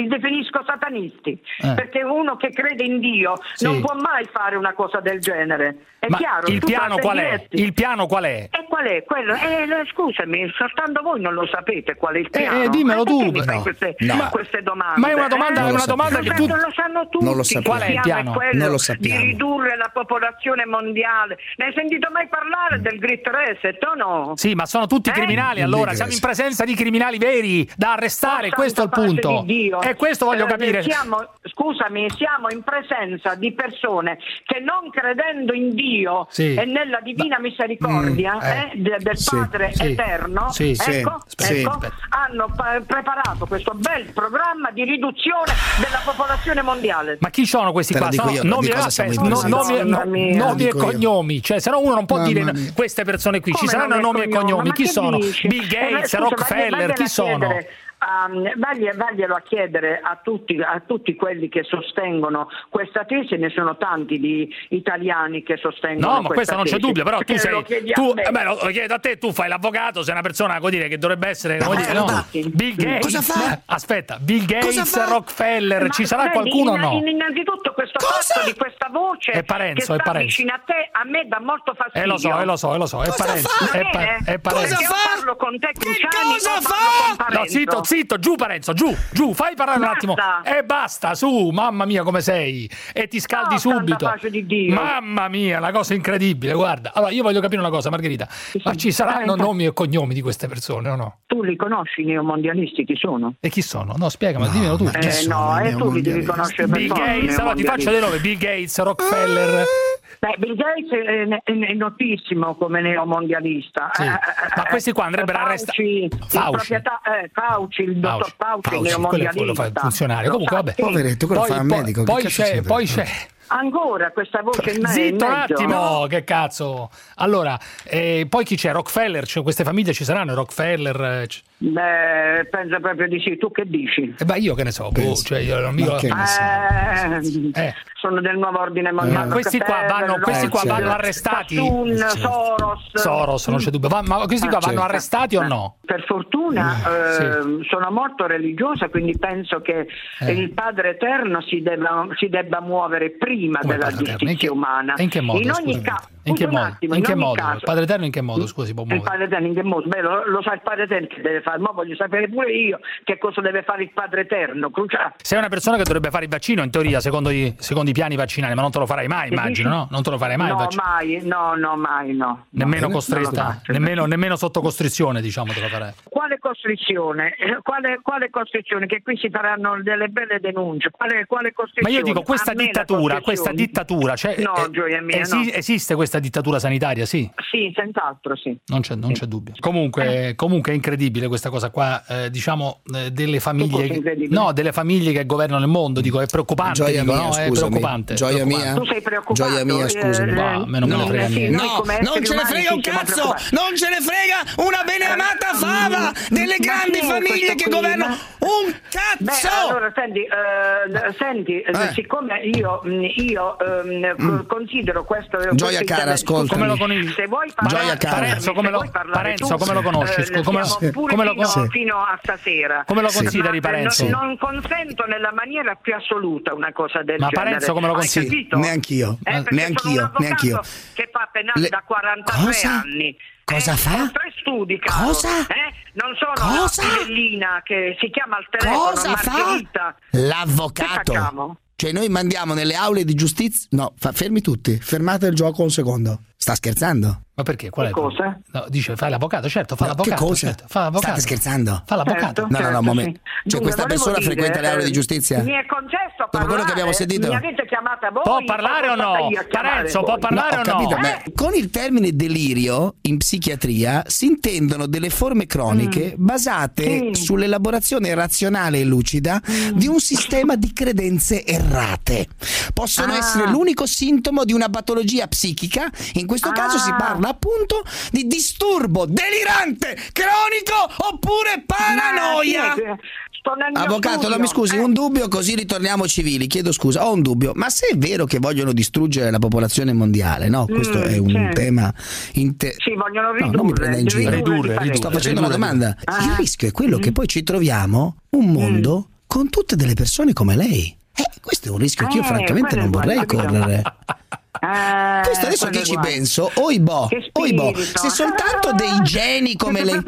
perché uno che crede in Dio non può mai fare una cosa del genere. È chiaro? Il piano qual è? Il piano qual è? E qual è? Quello? Scusami, soltanto voi non lo sapete qual è il piano. Dimmelo tu. Mi fai queste domande? Ma è una domanda che tu... Non lo sanno tutti. Non lo sappiamo. Qual è il piano? Non lo sappiamo. Di ridurre la popolazione mondiale. Ne hai sentito mai parlare del Great Reset o no? Sì, ma sono tutti criminali, allora. Siamo in presenza di criminali veri da arrestare, questo è il punto. E questo voglio capire. Siamo in presenza di persone che, non credendo in Dio e nella divina misericordia del Padre eterno, hanno preparato questo bel programma di riduzione della popolazione mondiale. Ma chi sono questi qua? Nomi e cognomi, cioè se no uno non può dire queste persone qui. Ci saranno nomi e cognomi. Chi sono? Bill Gates, Rockefeller, chi sono? Vaglielo a chiedere a tutti quelli che sostengono questa tesi. Ne sono tanti di italiani che sostengono. No, ma questo non c'è dubbio, però tu sei lo chiedo a te, tu fai l'avvocato, sei una persona, come dire, che dovrebbe essere, Bill Gates. Cosa fa? Aspetta, Bill Gates, Rockefeller, ci sarà qualcuno o no? Innanzitutto questo fatto di questa voce è Parenzo, che sta vicino a te, a me dà molto fastidio. Lo so, è Parenzo. È Parenzo. Io parlo con te, Cruciani, o parlo con Parenzo? No, zitto, giù Parenzo, giù, fai parlare un attimo. E basta, su, mamma mia come sei. E ti scaldi subito. Pace di Dio. Mamma mia, una cosa incredibile, guarda. Allora, io voglio capire una cosa, Margherita. Ma ci saranno nomi e cognomi di queste persone o no? Tu li conosci i neomondialisti, chi sono? E chi sono? No, spiegami, dimmelo tu. Tu li devi conoscere. Bill Gates, allora ti faccio dei nomi. Bill Gates, Rockefeller. Bill Gates è notissimo come neomondialista. Sì. Ma questi qua andrebbero arrestati. Fauci, il dottor Fauci neomondialista. Quello fa il funzionario. Comunque, vabbè. Poveretto, quello fa il medico. Poi c'è. Ancora questa voce in Zitto un attimo, che cazzo. Allora, poi chi c'è? Rockefeller, cioè queste famiglie ci saranno? Rockefeller? Penso proprio di sì. Tu che dici? Io che ne so, cioè io non mi sono del nuovo ordine mondiale. Ma questi qua vanno arrestati? Soros, non c'è dubbio. Ma questi qua vanno arrestati o no? Per fortuna sono molto religiosa, quindi penso che il Padre Eterno si debba muovere prima della giustizia umana. In che modo? In ogni caso, In che modo? In che modo? Caso, il Padre Eterno in che modo? Scusi, può muovere. Il Padre Eterno in che modo? Beh, lo sa il Padre Eterno che deve fare, ma voglio sapere pure io che cosa deve fare il Padre Eterno. Sei una persona che dovrebbe fare il vaccino, in teoria, secondo i piani vaccinali, ma non te lo farai mai, immagino, no? Non te lo farai mai il vaccino. Mai, no. Nemmeno costretta, nemmeno sotto costrizione, diciamo, te lo farai. Quale costrizione? Quale costrizione? Che qui si faranno delle belle denunce. Quale costrizione? Ma io dico, questa dittatura, cioè, no, gioia mia, esiste questa dittatura sanitaria, sì? Sì, senz'altro sì. Non c'è dubbio. Comunque è incredibile questa cosa qua, diciamo, delle famiglie delle famiglie che governano il mondo, dico, è preoccupante. Gioia mia, no? È preoccupante. Gioia mia. Tu sei preoccupato? Gioia mia, scusami. No, me non me ne frega niente. No, non ce ne frega un cazzo! Non ce ne frega una beneamata fava delle grandi famiglie che governano un cazzo! Beh, allora senti, siccome io considero questo Gioia cara, ascolta. Se vuoi parlare, Parenzo, come lo conosci? Fino a stasera. Come lo consideri Parenzo? Non consento nella maniera più assoluta una cosa del genere. Ma Parenzo come lo consideri? Neanch'io. Neanch'io. Che fa penale da 43 anni. Cosa fa? 3 studi, caro. Cosa? Non sono la fidellina che si chiama al telefono. Cosa Margherita. fa? L'avvocato. Cioè noi mandiamo nelle aule di giustizia. No, fermi tutti. Fermate il gioco un secondo. Sta scherzando? Ma perché? Qual è? Cosa? No, dice fai l'avvocato, certo, fa l'avvocato. Che cosa? Certo, fa l'avvocato. State scherzando? Fa l'avvocato. No, momento. Cioè Dunque, questa persona frequenta le aule di giustizia? Mi è concesso Dopo quello che abbiamo sentito? Mi avete chiamata voi? Può parlare o no? Parenzo, può parlare o no? Capito, con il termine delirio in psichiatria si intendono delle forme croniche basate sull'elaborazione razionale e lucida di un sistema di credenze errate. Possono essere l'unico sintomo di una patologia psichica. In questo caso si parla appunto di disturbo delirante cronico oppure paranoia. Avvocato, mi scusi, un dubbio così ritorniamo civili. Chiedo scusa, ho un dubbio. Ma se è vero che vogliono distruggere la popolazione mondiale, no? Questo è un tema. Sì, vogliono ridurre. No, non mi prenda in giro. Ridurre. Sto facendo una domanda. Il rischio è quello che poi ci troviamo un mondo con tutte delle persone come lei. Questo è un rischio che io francamente non vorrei correre. Questo adesso che ci penso, se soltanto dei geni come lei,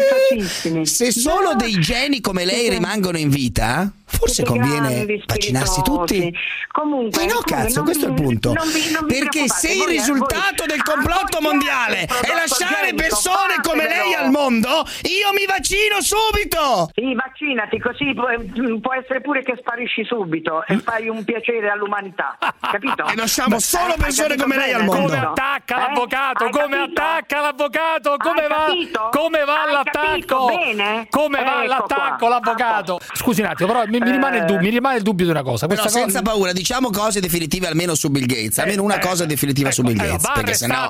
se solo dei geni come lei rimangono in vita, forse conviene vaccinarsi tutti. Comunque, no, cazzo, questo è il punto. Perché se il risultato del complotto mondiale è lasciare persone come lei al mondo, io mi vaccino subito. Sì, vaccinati, così può essere pure che sparisci subito e fai un piacere all'umanità, capito? E lasciamo solo persone come lei al mondo. Come attacca l'avvocato? Come attacca l'avvocato? Come va all'attacco? Come va all'attacco l'avvocato? Scusi un attimo, però mi rimane il dubbio di una cosa. Però senza paura, diciamo cose definitive almeno su Bill Gates. Almeno una cosa definitiva su Bill Gates. Perché sennò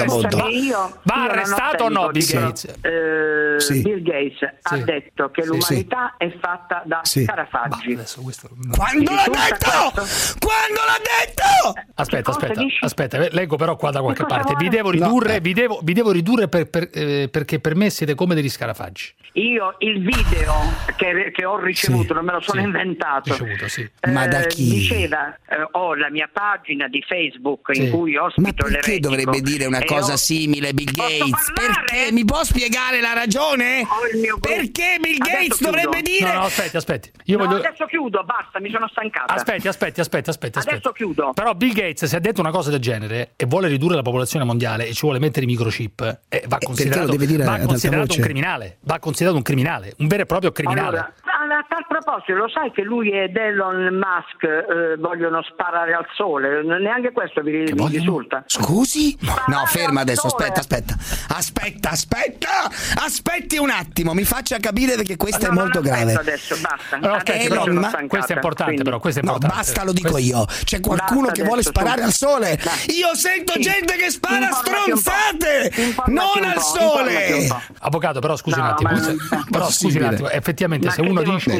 va arrestato o no Bill Gates? Bill Gates ha detto che l'umanità è fatta da scarafaggi. Quando l'ha detto? Quando l'ha detto? Aspetta, leggo però qua da qualche parte. Vi devo ridurre perché per me siete come degli scarafaggi. Io il video che ho ricevuto non me lo sono inventato. Ma da chi? Diceva ho la mia pagina di Facebook in cui ospito l'eretico. Ma perché dovrebbe dire una cosa simile Bill Gates? Perché? Mi può spiegare la ragione? Perché Bill Gates dovrebbe dire? No, aspetti. Adesso chiudo, basta, mi sono stancata. Aspetti. Adesso chiudo. Però Bill Gates, se ha detto una cosa del genere e vuole ridurre la popolazione mondiale e ci vuole mettere i microchip, va considerato un criminale. Va considerato un criminale, un vero e proprio criminale. Allora, a tal proposito, lo sai che lui ed Elon Musk vogliono sparare al sole? Neanche questo vi risulta? Scusi? No, ferma adesso, aspetta. Aspetti un attimo, mi faccia capire perché questo è molto grave. Adesso basta. Questo è importante, però questo è importante. No, basta, lo dico io. C'è qualcuno che vuole sparare al sole. Io sento gente che spara stronzate, non al sole. Avvocato, però scusi un attimo. Effettivamente, se uno dice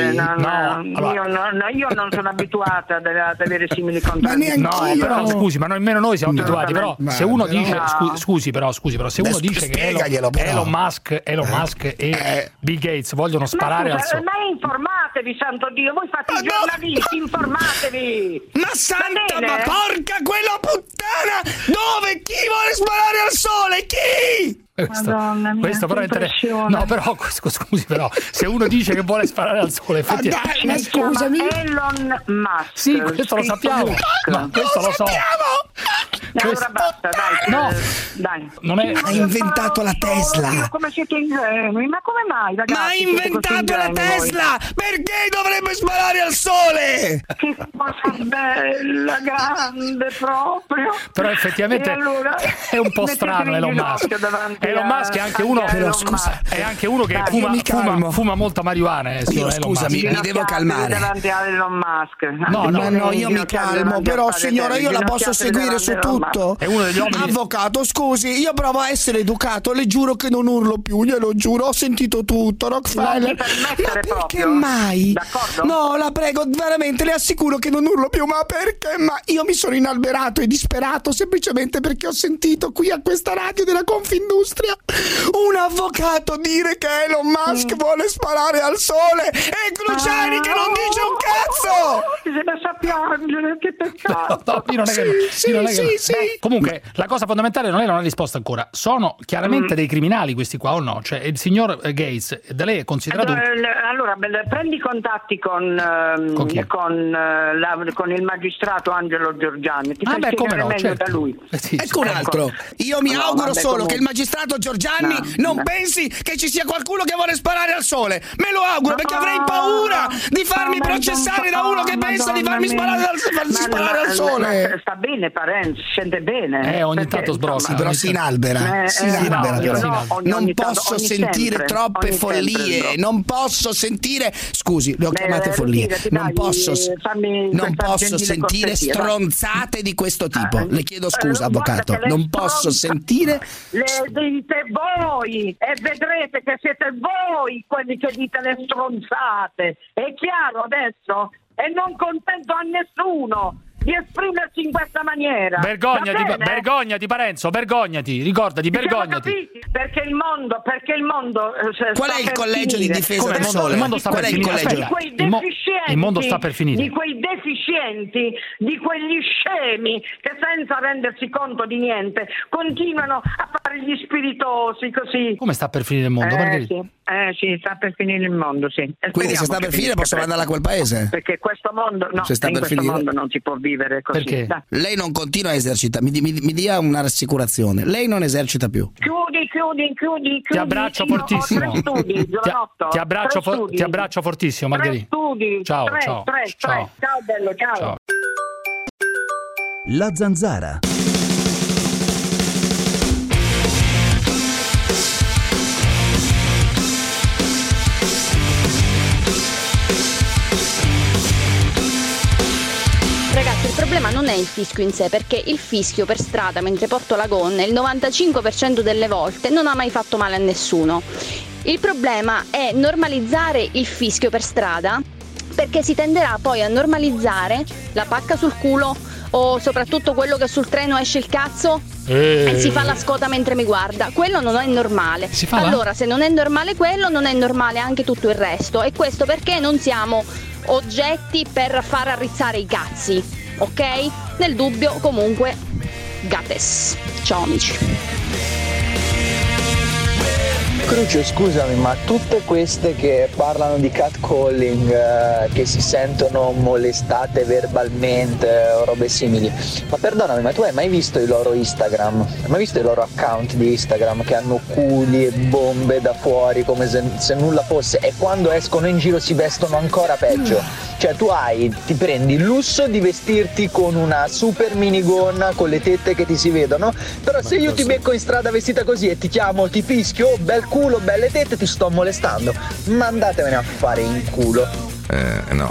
io non sono abituata ad avere simili contraddizioni. No, però scusi, ma nemmeno noi siamo abituati. Però se uno dice scusi, però se uno dice che Elon Musk e Bill Gates vogliono sparare al sole. Ma informatevi, santo Dio, voi fate i giornalisti, informatevi. Ma santa, ma porca quella puttana! Dove? Chi vuole sparare al sole? Chi? Questo però è interessante. No, però scusi, però se uno dice che vuole sparare al sole, effettivamente. Ma scusami. Elon Musk. Sì, questo lo sappiamo. Ma questo lo so. Allora basta, dai. Non è... Ha inventato la Tesla. Come siete ingenui? Ma come mai, ragazzi? Ma ha inventato la Tesla! Perché dovrebbe sparare al sole? Che cosa bella, grande proprio. Però effettivamente allora, è un po' strano Elon Musk. Elon Musk è anche uno, è anche uno che fuma molta marijuana. Scusami, mi devo calmare. Davanti a Elon Musk. No, io mi calmo, però signora, io la posso seguire su tutto. È uno degli uomini. Avvocato, scusi, io provo a essere educato, le giuro che non urlo più, glielo giuro, ho sentito tutto, Rockefeller. Ma perché mai? D'accordo? No, la prego, veramente, le assicuro che non urlo più, ma perché? Ma io mi sono inalberato e disperato semplicemente perché ho sentito qui a questa radio della Confindustria un avvocato dire che Elon Musk vuole sparare al sole e Cruciani che non dice un cazzo! Si è messa a piangere, che peccato. No, io non è che sì. Comunque la cosa fondamentale non è una risposta ancora. Sono chiaramente dei criminali questi qua o no? Cioè il signor Gates da lei è considerato allora prendi contatti con il magistrato Angelo Giorgiani, ti fai spiegare meglio da lui. Ecco un altro. Io mi auguro solo che il magistrato Giorgiani non pensi che ci sia qualcuno che vuole sparare al sole. Me lo auguro, perché avrei paura di farmi processare da uno che pensa di farmi sparare al sole. Sta bene, Parenzo, sente bene. Ogni tanto sbrocca. Però si inalbera. Non posso sentire troppe follie. Non posso sentire. Scusi, le ho chiamate follie. Non posso sentire stronzate di questo tipo. Le chiedo scusa, avvocato. Non posso sentire. Le dite voi e vedrete che siete voi quelli che dite le stronzate. È chiaro adesso? E non consento a nessuno di esprimersi in questa maniera. Vergognati Parenzo, vergognati, ricordati, vergognati. Perché il mondo qual è il collegio di difesa del sole? Il mondo sta per finire. Il mondo sta per finire. Di quei deficienti, di quegli scemi che senza rendersi conto di niente continuano a fare gli spiritosi così. Come sta per finire il mondo? Sì, sta per finire il mondo, sì. Quindi se sta per finire posso mandarla a quel paese? Perché questo mondo mondo non si può vivere così. Perché? Lei non continua a esercitare, mi dia una rassicurazione. Lei non esercita più. Chiudi. Ti abbraccio fortissimo. Ti abbraccio fortissimo, Margherita. Ciao. Ciao bello, ciao. La Zanzara. Ragazzi, il problema non è il fischio in sé, perché il fischio per strada mentre porto la gonna il 95% delle volte non ha mai fatto male a nessuno. Il problema è normalizzare il fischio per strada, perché si tenderà poi a normalizzare la pacca sul culo o soprattutto quello che sul treno esce il cazzo e si fa la scota mentre mi guarda. Quello non è normale. Allora, se non è normale quello, non è normale anche tutto il resto. E questo perché non siamo oggetti per far arrizzare i cazzi, ok? Nel dubbio, comunque, gates. Ciao amici. Crucio, scusami, ma tutte queste che parlano di catcalling, che si sentono molestate verbalmente o robe simili, ma perdonami, ma tu hai mai visto i loro Instagram? Hai mai visto i loro account di Instagram che hanno culi e bombe da fuori come se nulla fosse, e quando escono in giro si vestono ancora peggio? Cioè tu ti prendi il lusso di vestirti con una super minigonna con le tette che ti si vedono, però se io ti becco in strada vestita così e ti chiamo, ti fischio, bel culo, belle tette, ti sto molestando. Mandatevene a fare in culo. No.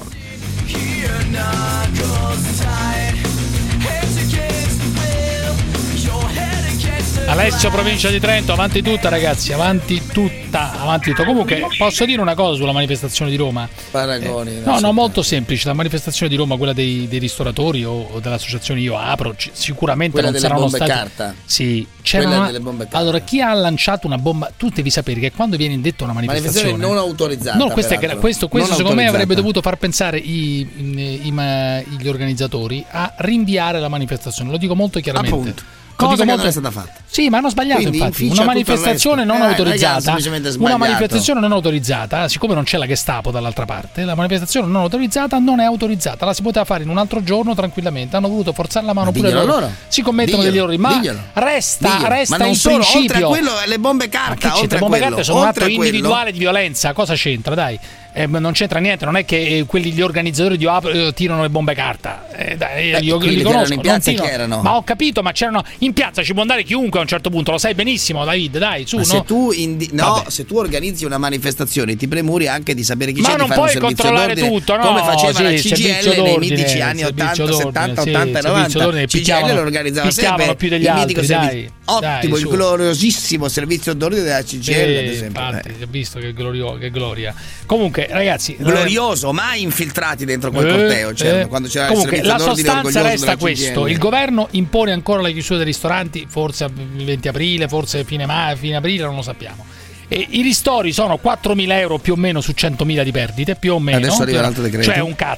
A lei Alessio, provincia di Trento, avanti tutta ragazzi, avanti tutta. Comunque posso dire una cosa sulla manifestazione di Roma? Paragoni. No, molto semplice. La manifestazione di Roma, quella dei ristoratori o dell'associazione Io Apro, sicuramente quella non saranno stati. Carta. Sì, c'era delle bombe carta. Allora, chi ha lanciato una bomba? Tu devi sapere che quando viene indetta una manifestazione non autorizzata. No, questo secondo me avrebbe dovuto far pensare gli organizzatori a rinviare la manifestazione. Lo dico molto chiaramente. Appunto. Cosa che non è stata fatta. Sì, ma hanno sbagliato. Quindi, infatti una manifestazione non autorizzata, una manifestazione non autorizzata, siccome non c'è la Gestapo dall'altra parte, la manifestazione non autorizzata non è autorizzata, la si poteva fare in un altro giorno tranquillamente. Hanno voluto forzare la mano pure loro. Si commettono degli errori, ma resta ma non il solo, principio. Oltre a quello, le bombe carta, le bombe carta sono un atto individuale di violenza. Cosa c'entra, dai? Non c'entra niente, non è che gli organizzatori di tirano le bombe carta. Io li conosco, in piazza che erano. Ma ho capito, ma c'erano in piazza ci può andare chiunque a un certo punto, lo sai benissimo, David, dai, su. Se tu organizzi una manmanifestazione ti premuri anche di sapere chi ma c'è, non di fare un puoi controllare tutto, no? Come faceva la CGIL nei mitici anni 80, 70, 80 e 90. CGIL lo organizzava sempre più degli altri, dai. Ottimo, il gloriosissimo servizio d'ordine della CGIL, ad esempio. Infatti, ho visto che gloria. Comunque, ragazzi, glorioso, mai infiltrati dentro quel corteo, certo, quando c'era comunque, il servizio d'ordine orgoglioso. La sostanza resta questo: il governo impone ancora la chiusura dei ristoranti, forse il 20 aprile, forse fine aprile, non lo sappiamo. E i ristori sono 4.000 euro più o meno su 100.000 di perdite, più o meno. Adesso arriva l'altro decreto. Cioè un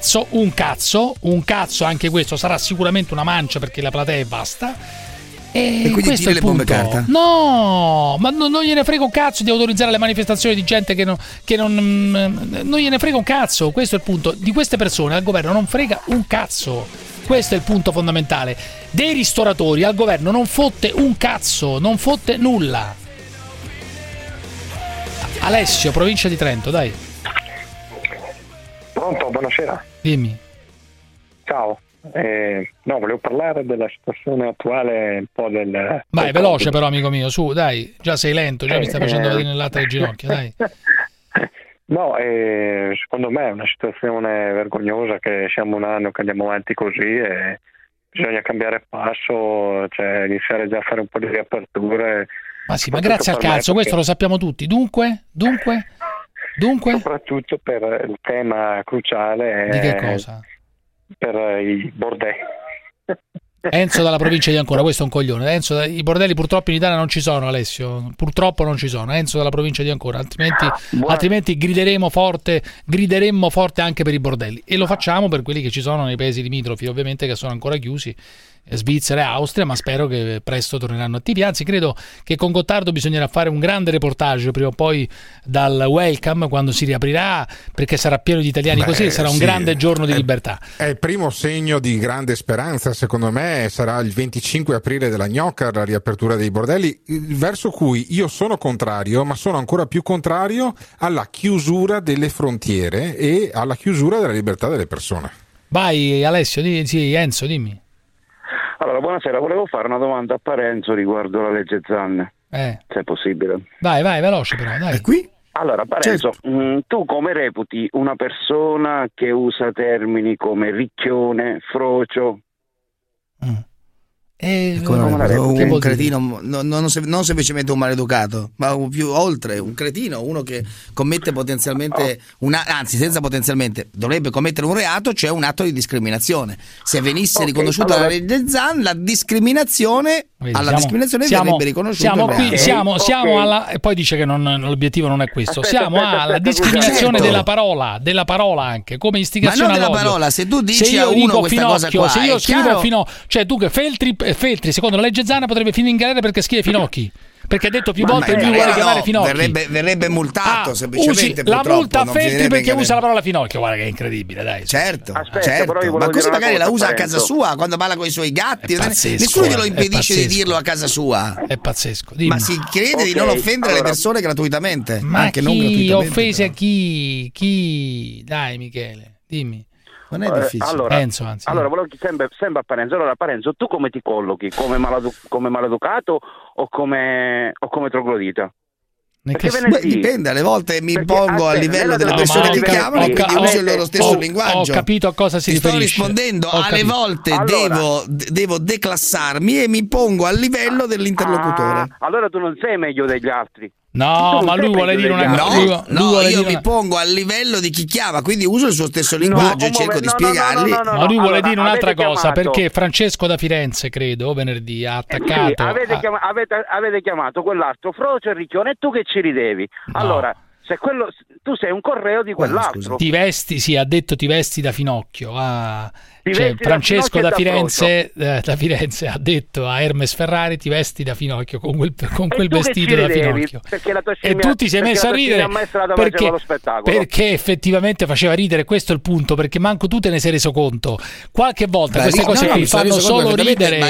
cazzo, anche questo sarà sicuramente una mancia perché la platea è vasta. E quindi tiri le bombe carta? No, ma non gliene frega un cazzo di autorizzare le manifestazioni di gente che non gliene frega un cazzo. Questo è il punto. Di queste persone al governo non frega un cazzo. Questo è il punto fondamentale. Dei ristoratori al governo non fotte un cazzo, non fotte nulla. Alessio, provincia di Trento, dai. Pronto, buonasera. Dimmi. Ciao. Volevo parlare della situazione attuale, un po' del. Vai, veloce però, amico mio, su, dai, già sei lento, già mi stai facendo vedere nel latte delle ginocchia, dai. No, secondo me è una situazione vergognosa che siamo un anno che andiamo avanti così e bisogna cambiare passo, cioè iniziare già a fare un po' di riaperture. Ma sì, ma grazie al cazzo, questo lo sappiamo tutti. Dunque? Soprattutto per il tema cruciale. Di che cosa? Per i bordelli. Enzo dalla provincia di Ancona, questo è un coglione. Enzo, i bordelli purtroppo in Italia non ci sono, Alessio. Purtroppo non ci sono. Enzo dalla provincia di Ancona, altrimenti grideremmo forte anche per i bordelli. E lo facciamo per quelli che ci sono nei paesi limitrofi, ovviamente, che sono ancora chiusi. Svizzera e Austria, ma spero che presto torneranno attivi. Anzi, credo che con Gottardo bisognerà fare un grande reportage prima o poi dal Welcome quando si riaprirà, perché sarà pieno di italiani così, sarà un grande giorno di libertà. È il primo segno di grande speranza, secondo me sarà il 25 aprile della Gnocca, la riapertura dei bordelli, verso cui io sono contrario, ma sono ancora più contrario alla chiusura delle frontiere e alla chiusura della libertà delle persone. Vai Alessio, sì, Enzo, dimmi. Allora, buonasera, volevo fare una domanda a Parenzo riguardo la legge Zan, se è possibile. Vai, veloce però, dai. È qui? Allora, Parenzo, tu come reputi una persona che usa termini come ricchione, frocio? Un cretino, non semplicemente un maleducato, ma più oltre, un cretino, uno che commette potenzialmente senza potenzialmente, dovrebbe commettere un reato, cioè un atto di discriminazione. Se venisse riconosciuta la legge Zan, la discriminazione verrebbe riconosciuta. Siamo alla, e poi dice che l'obiettivo non è questo. Siamo alla discriminazione della parola anche, come istigazione all'odio. Ma non della parola, se tu dici a uno questa cosa qua, se io scrivo cioè tu che Feltri, secondo la legge Zana, potrebbe finire in galera perché scrive Finocchi. Perché ha detto più volte lui vuole chiamare Finocchi. Verrebbe multato semplicemente. La multa a Feltri perché usa la parola Finocchio. Guarda che è incredibile, dai. Certo. Ma così magari la usa a casa sua quando parla con i suoi gatti. Nessuno glielo impedisce di dirlo a casa sua. È pazzesco. Ma si crede di non offendere le persone gratuitamente. Ma anche chi non gratuitamente, offese a chi? Dai Michele, dimmi. Non è difficile. Allora volevo sempre a Parenzo. Allora Parenzo, tu come ti collochi? Come maleducato o come troglodita? Dipende, alle volte mi pongo a livello delle persone che chiamano e quindi uso il loro stesso linguaggio. Ho capito a cosa si riferisce. Sto rispondendo, alle volte devo declassarmi e mi pongo al livello dell'interlocutore. Allora tu non sei meglio degli altri. No, ma lui vuole dire una cosa. Io mi pongo al livello di chi chiama, quindi uso il suo stesso linguaggio e cerco di spiegargli. Ma lui vuole dire un'altra cosa, perché Francesco da Firenze, credo, venerdì ha attaccato. Sì, avete chiamato quell'altro Frocio e Riccione e tu che ci ridevi. No. Allora, se tu sei un correo di quell'altro. Ti vesti, ha detto ti vesti da Finocchio. Francesco da Firenze ha detto a Hermes Ferrari ti vesti da Finocchio con quel vestito da Finocchio. E tu ti sei messo a ridere perché effettivamente faceva ridere, questo è il punto, perché manco tu te ne sei reso conto. Qualche volta queste cose qui fanno solo ridere,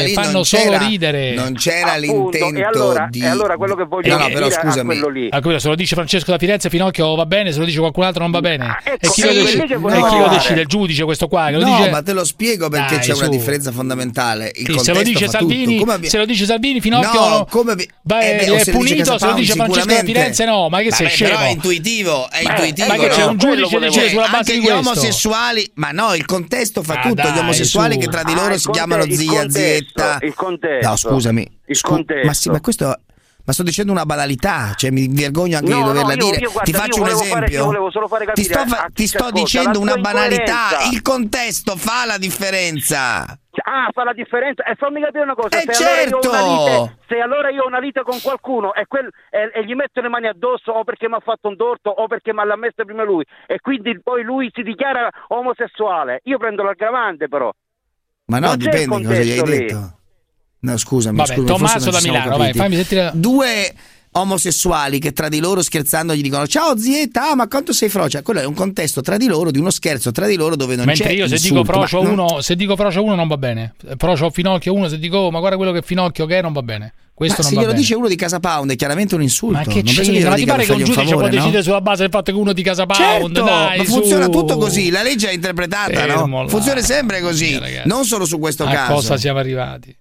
non c'era l'intento e allora quello che voglio dire però scusami, quello lì. Se lo dice Francesco da Firenze, Finocchio va bene, se lo dice qualcun altro non va bene. E chi lo decide? Il giudice, questo qua che lo dice? Ma te lo spiego perché c'è una differenza fondamentale. Se lo dice Salvini, Finocchio è punito, se lo dice Francesco da Firenze no, ma che sei scemo? Però è intuitivo, ma che c'è un giudice decide sulla base di questo? Gli omosessuali, ma no, il contesto fa tutto. Gli omosessuali che tra di loro si chiamano zia, zietta. Il contesto. No, scusami. Ma questo. Ma sto dicendo una banalità, cioè mi vergogno anche di doverla dire. Ti faccio un esempio. Volevo solo fare capire ti sto dicendo una banalità. Il contesto fa la differenza. Fa la differenza. E fammi capire una cosa. Se allora io ho una lite con qualcuno e gli metto le mani addosso o perché mi ha fatto un torto o perché me l'ha messa prima lui e quindi poi lui si dichiara omosessuale, io prendo l'aggravante però. Ma no, dipende cosa gli hai detto. No, scusami. Tommaso da Milano, vai, fammi sentire. Due omosessuali che tra di loro scherzando gli dicono ciao zietta, ma quanto sei frocia? Quello è un contesto tra di loro, di uno scherzo tra di loro dove non mentre c'è io insulto, se dico Frocio uno non va bene, Frocio Finocchio uno, se dico ma guarda quello che Finocchio che è non va bene. Questo non se va glielo bene. Dice uno di Casa Pound è chiaramente un insulto. Ma che c'è? Ma ti pare che un giudice può decidere sulla base del fatto che uno di Casa Pound? Certo, dai, ma funziona tutto così, la legge è interpretata, no? Funziona sempre così, non solo su questo caso. A cosa siamo arrivati?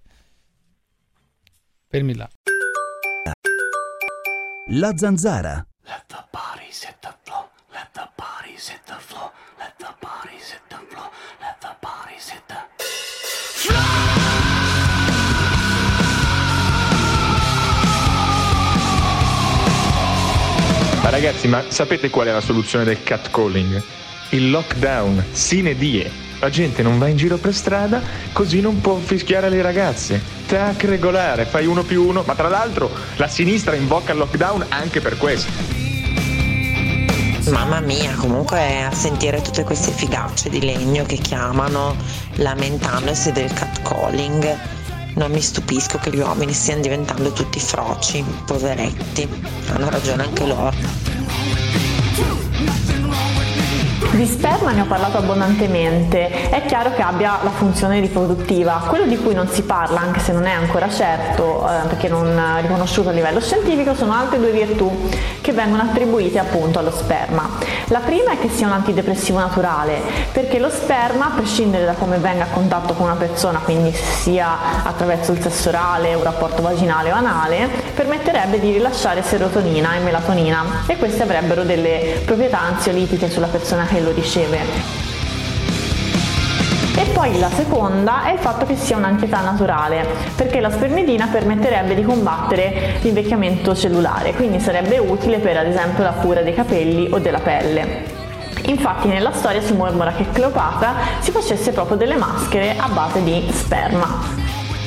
Fermi là. La Zanzara. Let the body set the flow. Let the body set the flow. Let the body set the flow. Let the body set the Ma ragazzi, ma sapete qual è la soluzione del catcalling? Il lockdown, sine die. La gente non va in giro per strada, così non può fischiare le ragazze. Tac, regolare, fai 1+1. Ma tra l'altro la sinistra invoca il lockdown anche per questo. Mamma mia, comunque a sentire tutte queste figacce di legno che chiamano lamentandosi del catcalling, non mi stupisco che gli uomini stiano diventando tutti froci, poveretti. Hanno ragione anche loro. Di sperma ne ho parlato abbondantemente, è chiaro che abbia la funzione riproduttiva. Quello di cui non si parla, anche se non è ancora certo, perché non riconosciuto a livello scientifico, sono altre due virtù che vengono attribuite appunto allo sperma. La prima è che sia un antidepressivo naturale, perché lo sperma, a prescindere da come venga a contatto con una persona, quindi sia attraverso il sesso orale, un rapporto vaginale o anale, permetterebbe di rilasciare serotonina e melatonina e queste avrebbero delle proprietà ansiolitiche sulla persona che lo riceve. E poi la seconda è il fatto che sia un'antietà naturale, perché la spermidina permetterebbe di combattere l'invecchiamento cellulare, quindi sarebbe utile per ad esempio la cura dei capelli o della pelle. Infatti nella storia si mormora che Cleopatra si facesse proprio delle maschere a base di sperma.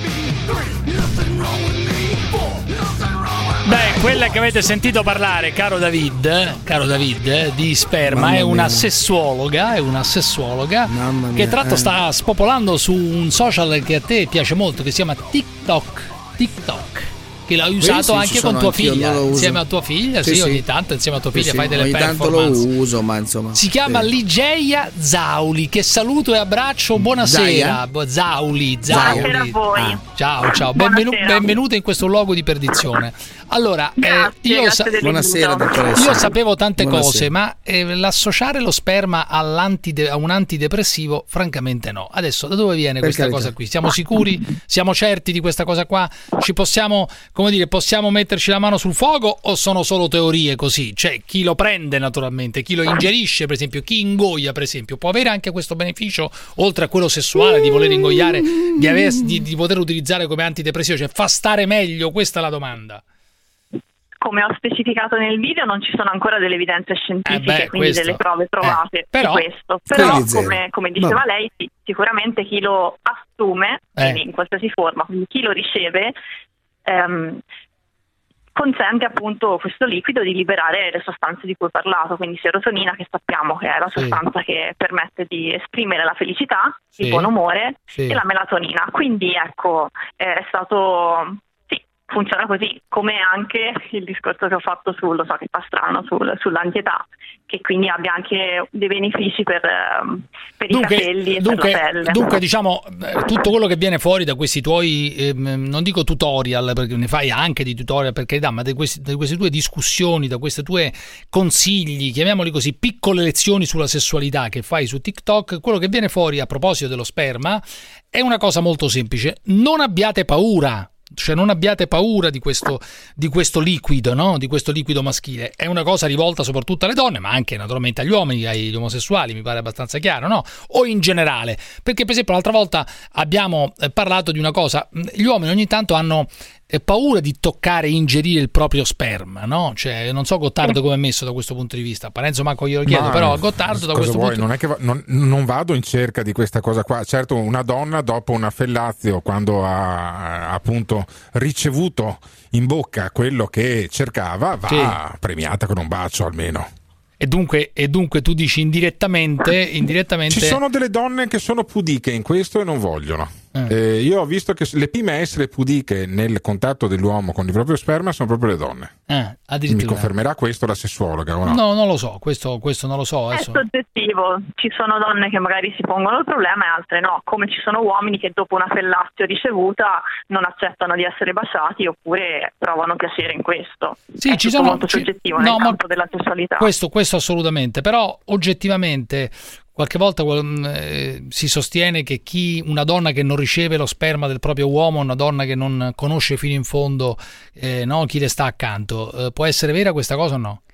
Beh, quella che avete sentito parlare, caro David, di sperma, è una sessuologa, che tra l'altro sta spopolando su un social che a te piace molto, che si chiama TikTok, che l'hai usato anche con tua figlia, insieme a tua figlia, sì, ogni tanto insieme a tua figlia fai delle performance. Ogni tanto lo uso, ma insomma. Si chiama Ligeia Zauli, che saluto e abbraccio, buonasera. Zauli. Buonasera a voi. Ciao, benvenuta in questo luogo di perdizione. Allora, buonasera dottoressa. Io sapevo tante cose, ma l'associare lo sperma a un antidepressivo, francamente no. Adesso da dove viene questa cosa qui? Siamo sicuri? Siamo certi di questa cosa qua? Ci possiamo come dire, possiamo metterci la mano sul fuoco o sono solo teorie così? Cioè, chi lo prende naturalmente, chi lo ingerisce, per esempio, chi ingoia, per esempio, può avere anche questo beneficio, oltre a quello sessuale di voler ingoiare, di poter utilizzare come antidepressivo, cioè fa stare meglio? Questa è la domanda. Come ho specificato nel video, non ci sono ancora delle evidenze scientifiche, quindi delle prove provate però, di questo. Però, come diceva lei, sì, sicuramente chi lo assume, quindi in qualsiasi forma, quindi chi lo riceve, consente appunto questo liquido di liberare le sostanze di cui ho parlato, quindi serotonina, che sappiamo che è la sostanza che permette di esprimere la felicità, il buon umore, e la melatonina. Quindi ecco, è stato... funziona così, come anche il discorso che ho fatto lo so che fa strano, sull'antietà, che quindi abbia anche dei benefici per i capelli e per la pelle. Dunque, diciamo, tutto quello che viene fuori da questi tuoi, non dico tutorial, perché ne fai anche di tutorial, per carità, ma da queste tue discussioni, da queste tue consigli, chiamiamoli così, piccole lezioni sulla sessualità che fai su TikTok, quello che viene fuori a proposito dello sperma è una cosa molto semplice: non abbiate paura. Cioè non abbiate paura di questo liquido, no? Di questo liquido maschile. È una cosa rivolta soprattutto alle donne, ma anche naturalmente agli uomini, agli omosessuali, mi pare abbastanza chiaro, no? O in generale, perché per esempio l'altra volta abbiamo parlato di una cosa: gli uomini ogni tanto hanno paura di toccare e ingerire il proprio sperma, no? Cioè, non so Gottardo come è messo da questo punto di vista, Parenzo manco io lo chiedo, però Gottardo da questo punto... Non è che non vado in cerca di questa cosa qua. Certo, una donna dopo una fellazio, quando ha appunto ricevuto in bocca quello che cercava, va premiata con un bacio almeno. E dunque tu dici indirettamente... Ci sono delle donne che sono pudiche in questo e non vogliono. Io ho visto che le prime a essere pudiche nel contatto dell'uomo con il proprio sperma sono proprio le donne. Mi confermerà questo la sessuologa o no? No, non lo so, questo non lo so. È soggettivo, ci sono donne che magari si pongono il problema e altre no, come ci sono uomini che dopo una fellazio ricevuta non accettano di essere baciati oppure provano piacere in questo. Sì, è molto soggettivo nel campo della sessualità. Questo assolutamente, però oggettivamente qualche volta si sostiene che una donna che non riceve lo sperma del proprio uomo, una donna che non conosce fino in fondo chi le sta accanto, può essere vera questa cosa o no?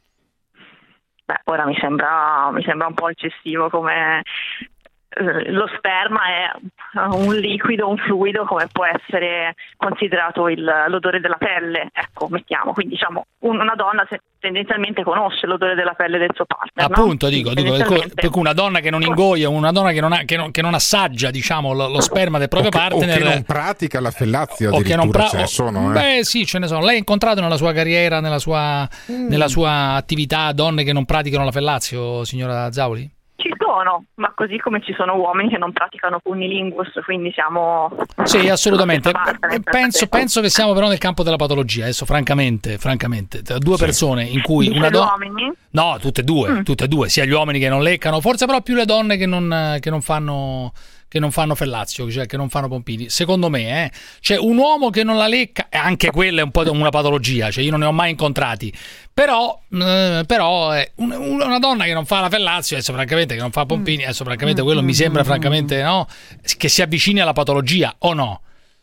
Beh, ora mi sembra un po' eccessivo, come lo sperma è un liquido, un fluido, come può essere considerato l'odore della pelle, ecco, mettiamo, quindi diciamo una donna tendenzialmente conosce l'odore della pelle del suo partner, appunto, no? dico per cui una donna che non ingoia, una donna che non assaggia, diciamo, lo sperma del proprio partner, o che non pratica la fellazio, addirittura ce ne sono. Beh sì, ce ne sono. Lei ha incontrato nella sua carriera, nella sua attività, donne che non praticano la fellazio, signora Zauli? Ci sono, ma così come ci sono uomini che non praticano cunnilingus, quindi siamo... Sì, assolutamente. Penso che siamo però nel campo della patologia, adesso francamente, due persone in cui una donna... uomini? No, tutte e due, sia gli uomini che non leccano, forse però più le donne che non fanno fellazio, cioè che non fanno pompini, secondo me, cioè un uomo che non la lecca, anche quella è un po' una patologia, cioè io non ne ho mai incontrati, però una donna che non fa la fellazio, adesso francamente che non fa pompini, adesso francamente quello mi sembra francamente, no, che si avvicini alla patologia, o no?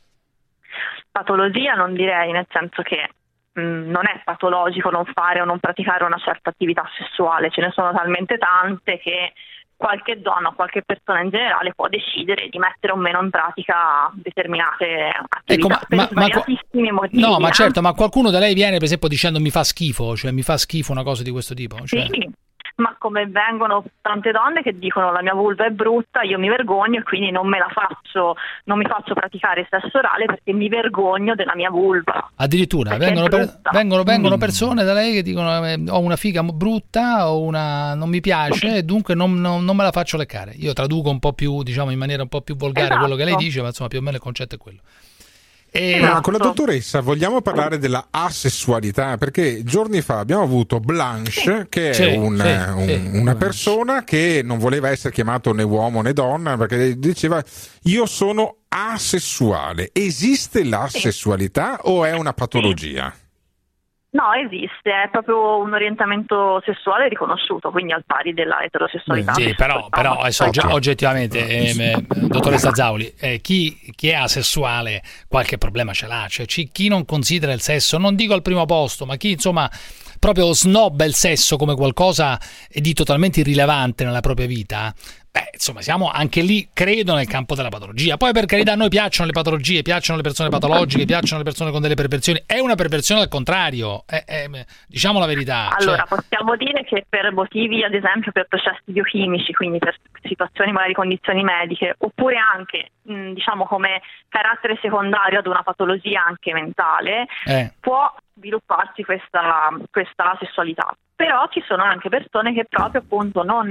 Patologia non direi, nel senso che non è patologico non fare o non praticare una certa attività sessuale, ce ne sono talmente tante che qualche donna o qualche persona in generale può decidere di mettere o meno in pratica determinate attività, per svariatissimi motivi. No, ma certo, ma qualcuno da lei viene per esempio dicendo mi fa schifo una cosa di questo tipo? Cioè... Sì, ma come vengono tante donne che dicono la mia vulva è brutta, io mi vergogno e quindi non mi faccio praticare sesso orale perché mi vergogno della mia vulva. Addirittura vengono persone da lei che dicono ho una figa brutta o non mi piace e dunque non me la faccio leccare. Io traduco un po' più, diciamo, in maniera un po' più volgare quello che lei dice, ma insomma più o meno il concetto è quello. Con la dottoressa vogliamo parlare della asessualità, perché giorni fa abbiamo avuto Blanche, che è una persona che non voleva essere chiamato né uomo né donna, perché diceva io sono asessuale. Esiste l'asessualità o è una patologia? No, esiste, è proprio un orientamento sessuale riconosciuto, quindi al pari della eterosessualità. Sì, però oggettivamente, dottoressa Zauli, chi è asessuale qualche problema ce l'ha, cioè chi non considera il sesso, non dico al primo posto, ma chi insomma proprio snobba il sesso come qualcosa di totalmente irrilevante nella propria vita, insomma siamo anche lì, credo, nel campo della patologia. Poi per carità, a noi piacciono le patologie, piacciono le persone patologiche, piacciono le persone con delle perversioni, è una perversione al contrario, diciamo la verità. Allora, possiamo dire che per motivi, ad esempio per processi biochimici, quindi per situazioni, magari condizioni mediche, oppure anche diciamo come carattere secondario ad una patologia anche mentale, può svilupparsi questa sessualità. Però ci sono anche persone che proprio appunto non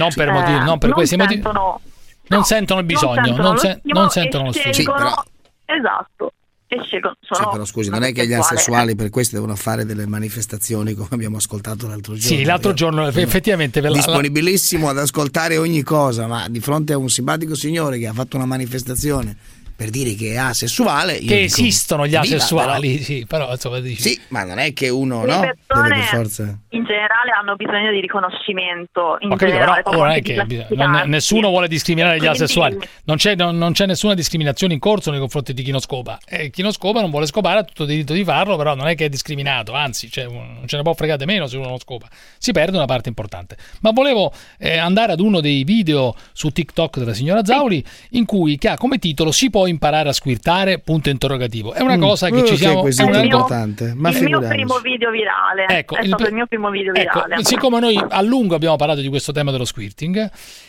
sentono il bisogno, non sentono lo stimolo. Sì, però... Esatto. E scelgono, sì, però scusi, non è che gli asessuali per questo devono fare delle manifestazioni come abbiamo ascoltato l'altro giorno. Sì, l'altro giorno effettivamente disponibilissimo ad ascoltare ogni cosa, ma di fronte a un simpatico signore che ha fatto una manifestazione per dire che è asessuale, che esistono gli asessuali, però insomma dici. Sì, ma non è che uno le persone deve per forza in generale hanno bisogno di riconoscimento in generale, però non è che nessuno vuole discriminare gli asessuali, non c'è nessuna discriminazione in corso nei confronti di chi non scopa, chi non scopa non vuole scopare, ha tutto il diritto di farlo, però non è che è discriminato, anzi non ce ne può fregare meno se uno non scopa, si perde una parte importante. Ma volevo andare ad uno dei video su TikTok della signora Zauli in cui che ha come titolo "Si può imparare a squirtare?" punto interrogativo. È una cosa che ci siamo, è importante. Ma il mio primo video virale, è stato il mio primo video virale. Siccome noi a lungo abbiamo parlato di questo tema dello squirting,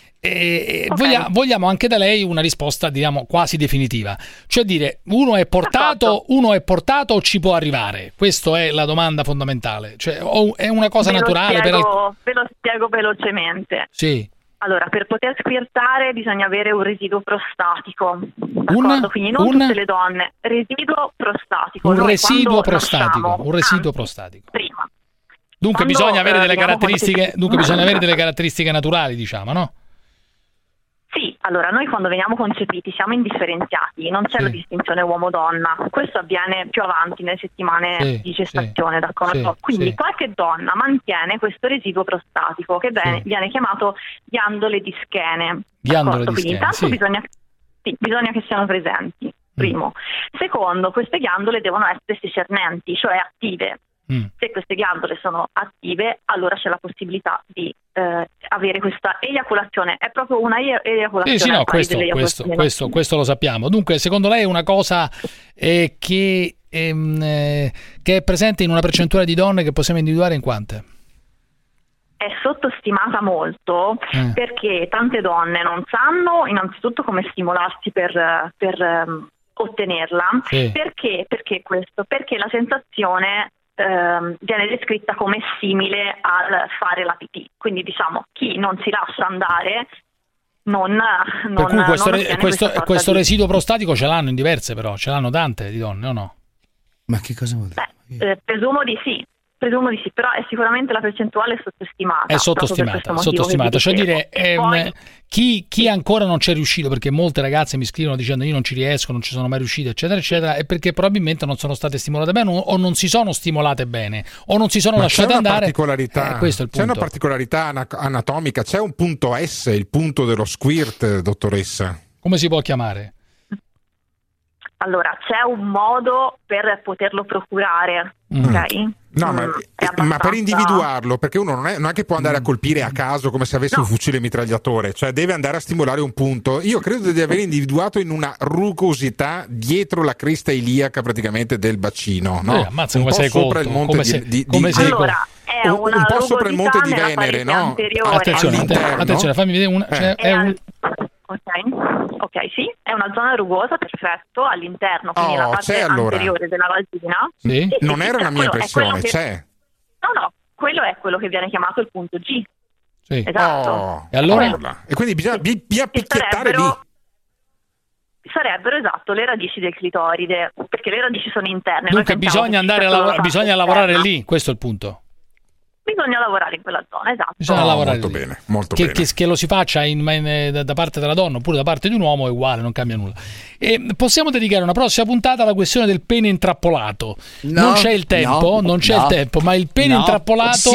vogliamo anche da lei una risposta, diciamo, quasi definitiva, cioè dire uno è portato o ci può arrivare? Questa è la domanda fondamentale, cioè è una cosa naturale? Ve lo spiego velocemente. Sì. Allora, per poter squirtare bisogna avere un residuo prostatico, d'accordo? Quindi non tutte le donne. Residuo prostatico. Un residuo prostatico. Prima. Dunque bisogna avere delle caratteristiche, naturali, diciamo, no? Sì, allora noi quando veniamo concepiti siamo indifferenziati, non c'è la distinzione uomo-donna, questo avviene più avanti nelle settimane di gestazione, d'accordo? Quindi qualche donna mantiene questo residuo prostatico che viene chiamato ghiandole di Skene, d'accordo? Quindi intanto bisogna che siano presenti, primo. Secondo, queste ghiandole devono essere secernenti, cioè attive. Se queste ghiandole sono attive, allora c'è la possibilità di avere questa eiaculazione. È proprio una eiaculazione. Sì, no, questo lo sappiamo. Dunque, secondo lei è una cosa che è presente in una percentuale di donne che possiamo individuare in quante? È sottostimata molto perché tante donne non sanno innanzitutto come stimolarsi per ottenerla. Perché questo? Perché la sensazione viene descritta come simile al fare la pipì, quindi diciamo chi non si lascia andare per cui questo residuo prostatico ce l'hanno in diverse, però ce l'hanno tante di donne o no? Ma che cosa vuol dire? Presumo di sì, però è sicuramente la percentuale sottostimata. È sottostimata. Cioè dire, chi ancora non c'è riuscito, perché molte ragazze mi scrivono dicendo io non ci riesco, non ci sono mai riuscite, eccetera, eccetera, è perché probabilmente non sono state stimolate bene o non si sono stimolate bene o non si sono lasciate andare. Questo è il punto. C'è una particolarità anatomica, c'è un punto S, il punto dello squirt, dottoressa. Come si può chiamare? Allora, c'è un modo per poterlo procurare, ok? No, ma per individuarlo, perché uno non è che può andare a colpire a caso come se avesse un fucile mitragliatore, cioè deve andare a stimolare un punto. Io credo di aver individuato in una rugosità dietro la cresta iliaca praticamente del bacino, no? Ammazza, come sei sopra il monte allora, è un po' sopra il monte di Venere, no? Attenzione, fammi vedere Ok, sì, è una zona rugosa, perfetto, all'interno, quindi la parte anteriore della vagina. Sì? Non era una mia impressione, c'è. No, quello è quello che viene chiamato il punto G. Sì. Esatto. E allora? E quindi bisogna picchiettare lì. Sarebbero le radici del clitoride, perché le radici sono interne. Dunque bisogna andare bisogna lavorare lì, questo è il punto. Bisogna lavorare in quella zona, esatto. Bisogna lavorare molto bene, molto bene. Che lo si faccia da parte della donna oppure da parte di un uomo è uguale, non cambia nulla. E possiamo dedicare una prossima puntata alla questione del pene intrappolato. Non c'è il tempo, il tempo, ma il pene intrappolato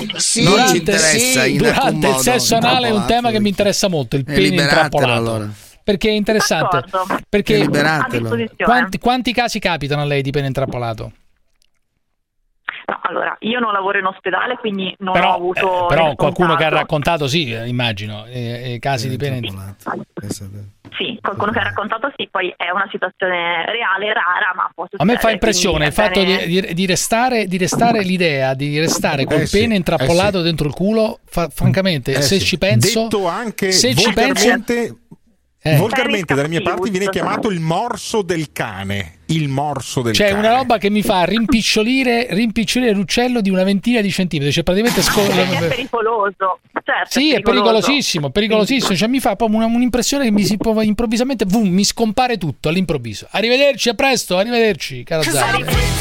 durante il sesso anale è un tema che mi interessa molto, il pene intrappolato. Allora. Perché è interessante. Perché quanti casi capitano a lei di pene intrappolato? No, allora, io non lavoro in ospedale, quindi non ho avuto. Però qualcuno che ha raccontato, sì, immagino, casi di pene intrappolato. Sì, qualcuno che ha raccontato, sì, poi è una situazione reale, rara, ma può succedere. A me fa impressione il fatto di restare l'idea di restare col pene intrappolato dentro il culo, francamente, se ci penso. Detto anche volgarmente dalle mie parti viene chiamato il morso del cane. Il morso del cane. C'è una roba che mi fa rimpicciolire l'uccello di una ventina di centimetri. Cioè praticamente è pericoloso. Certo, sì, è pericolosissimo. Cioè mi fa proprio un'impressione che mi si può improvvisamente mi scompare tutto all'improvviso. Arrivederci, a presto, arrivederci, cara Zara.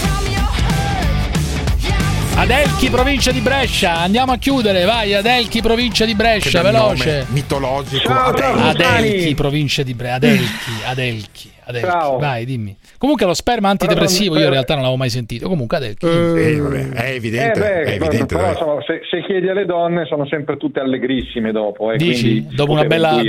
Adelchi, provincia di Brescia, andiamo a chiudere, vai. Adelchi, provincia di Brescia, veloce. Mitologico. Adelchi, provincia di Brescia. Adelchi. Vai, dimmi. Comunque lo sperma antidepressivo io in realtà non l'avevo mai sentito. Comunque Adelchi. È evidente. È evidente, però insomma, se chiedi alle donne sono sempre tutte allegrissime dopo. Dici? Quindi, dopo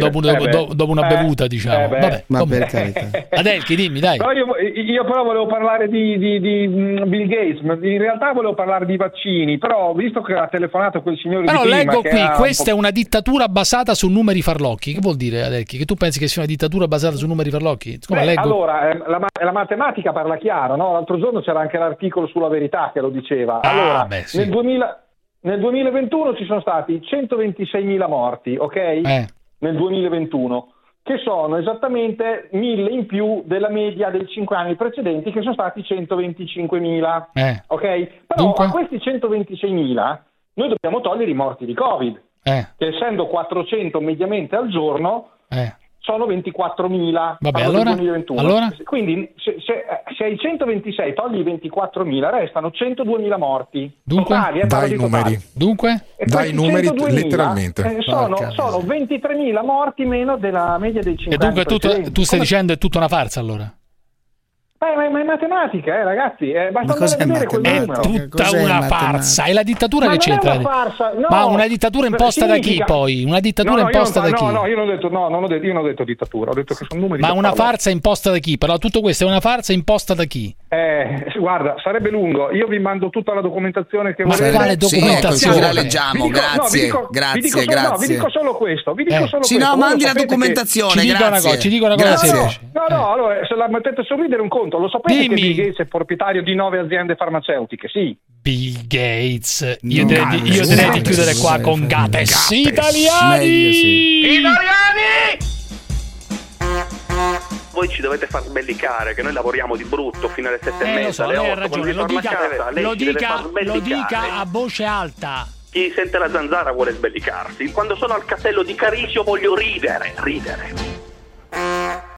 una bevuta, diciamo. Vabbè, per carità. Adelchi, dimmi, dai. No, io però volevo parlare di Bill Gates. In realtà volevo parlare di vaccini, però visto che ha telefonato quel signore però di prima, leggo qui, questa è una dittatura basata su numeri farlocchi. Che vuol dire, Adelchi? Che tu pensi che sia una dittatura basata su numeri farlocchi? Allora, la matematica parla chiaro, no? L'altro giorno c'era anche l'articolo sulla Verità che lo diceva. Allora, sì. nel 2021 ci sono stati 126.000 morti, ok? Nel 2021, che sono esattamente 1.000 in più della media dei 5 anni precedenti, che sono stati 125.000, ok? Però dunque, a questi 126.000 noi dobbiamo togliere i morti di Covid, che essendo 400 mediamente al giorno, sono 24.000. Vabbè, allora? Quindi se ai 126 togli i 24.000 restano 102.000 morti. Dunque? Totali, dai numeri. Dunque? Dai numeri letteralmente. Sono 23.000 morti meno della media dei 5 anni. E dunque tu stai dicendo è tutta una farsa allora? Ma è matematica, ragazzi. Basta vedere quel numero. È tutta una farsa. È la dittatura che c'entra. Ma una dittatura imposta da chi poi? Una dittatura imposta da chi? No, io non ho detto dittatura. Ho detto che sono numeri. Ma una farsa imposta da chi? Però tutto questo è una farsa imposta da chi? Guarda, sarebbe lungo. Io vi mando tutta la documentazione che volete. Ma quale documentazione? Sì, la leggiamo. Grazie. Vi dico solo questo. Mandi la documentazione. Ci dico una cosa semplice. No, allora se la mettete a sorridere un conto. Lo sapete che Bill Gates è proprietario di 9 aziende farmaceutiche? Sì. Bill Gates. Io direi di chiudere qua con Gates italiani. Voi ci dovete far sbellicare, che noi lavoriamo di brutto fino alle 7:30, alle 8. Ragione, lo dica a voce alta. Chi sente la zanzara vuole sbellicarsi. Quando sono al castello di Carisio voglio ridere.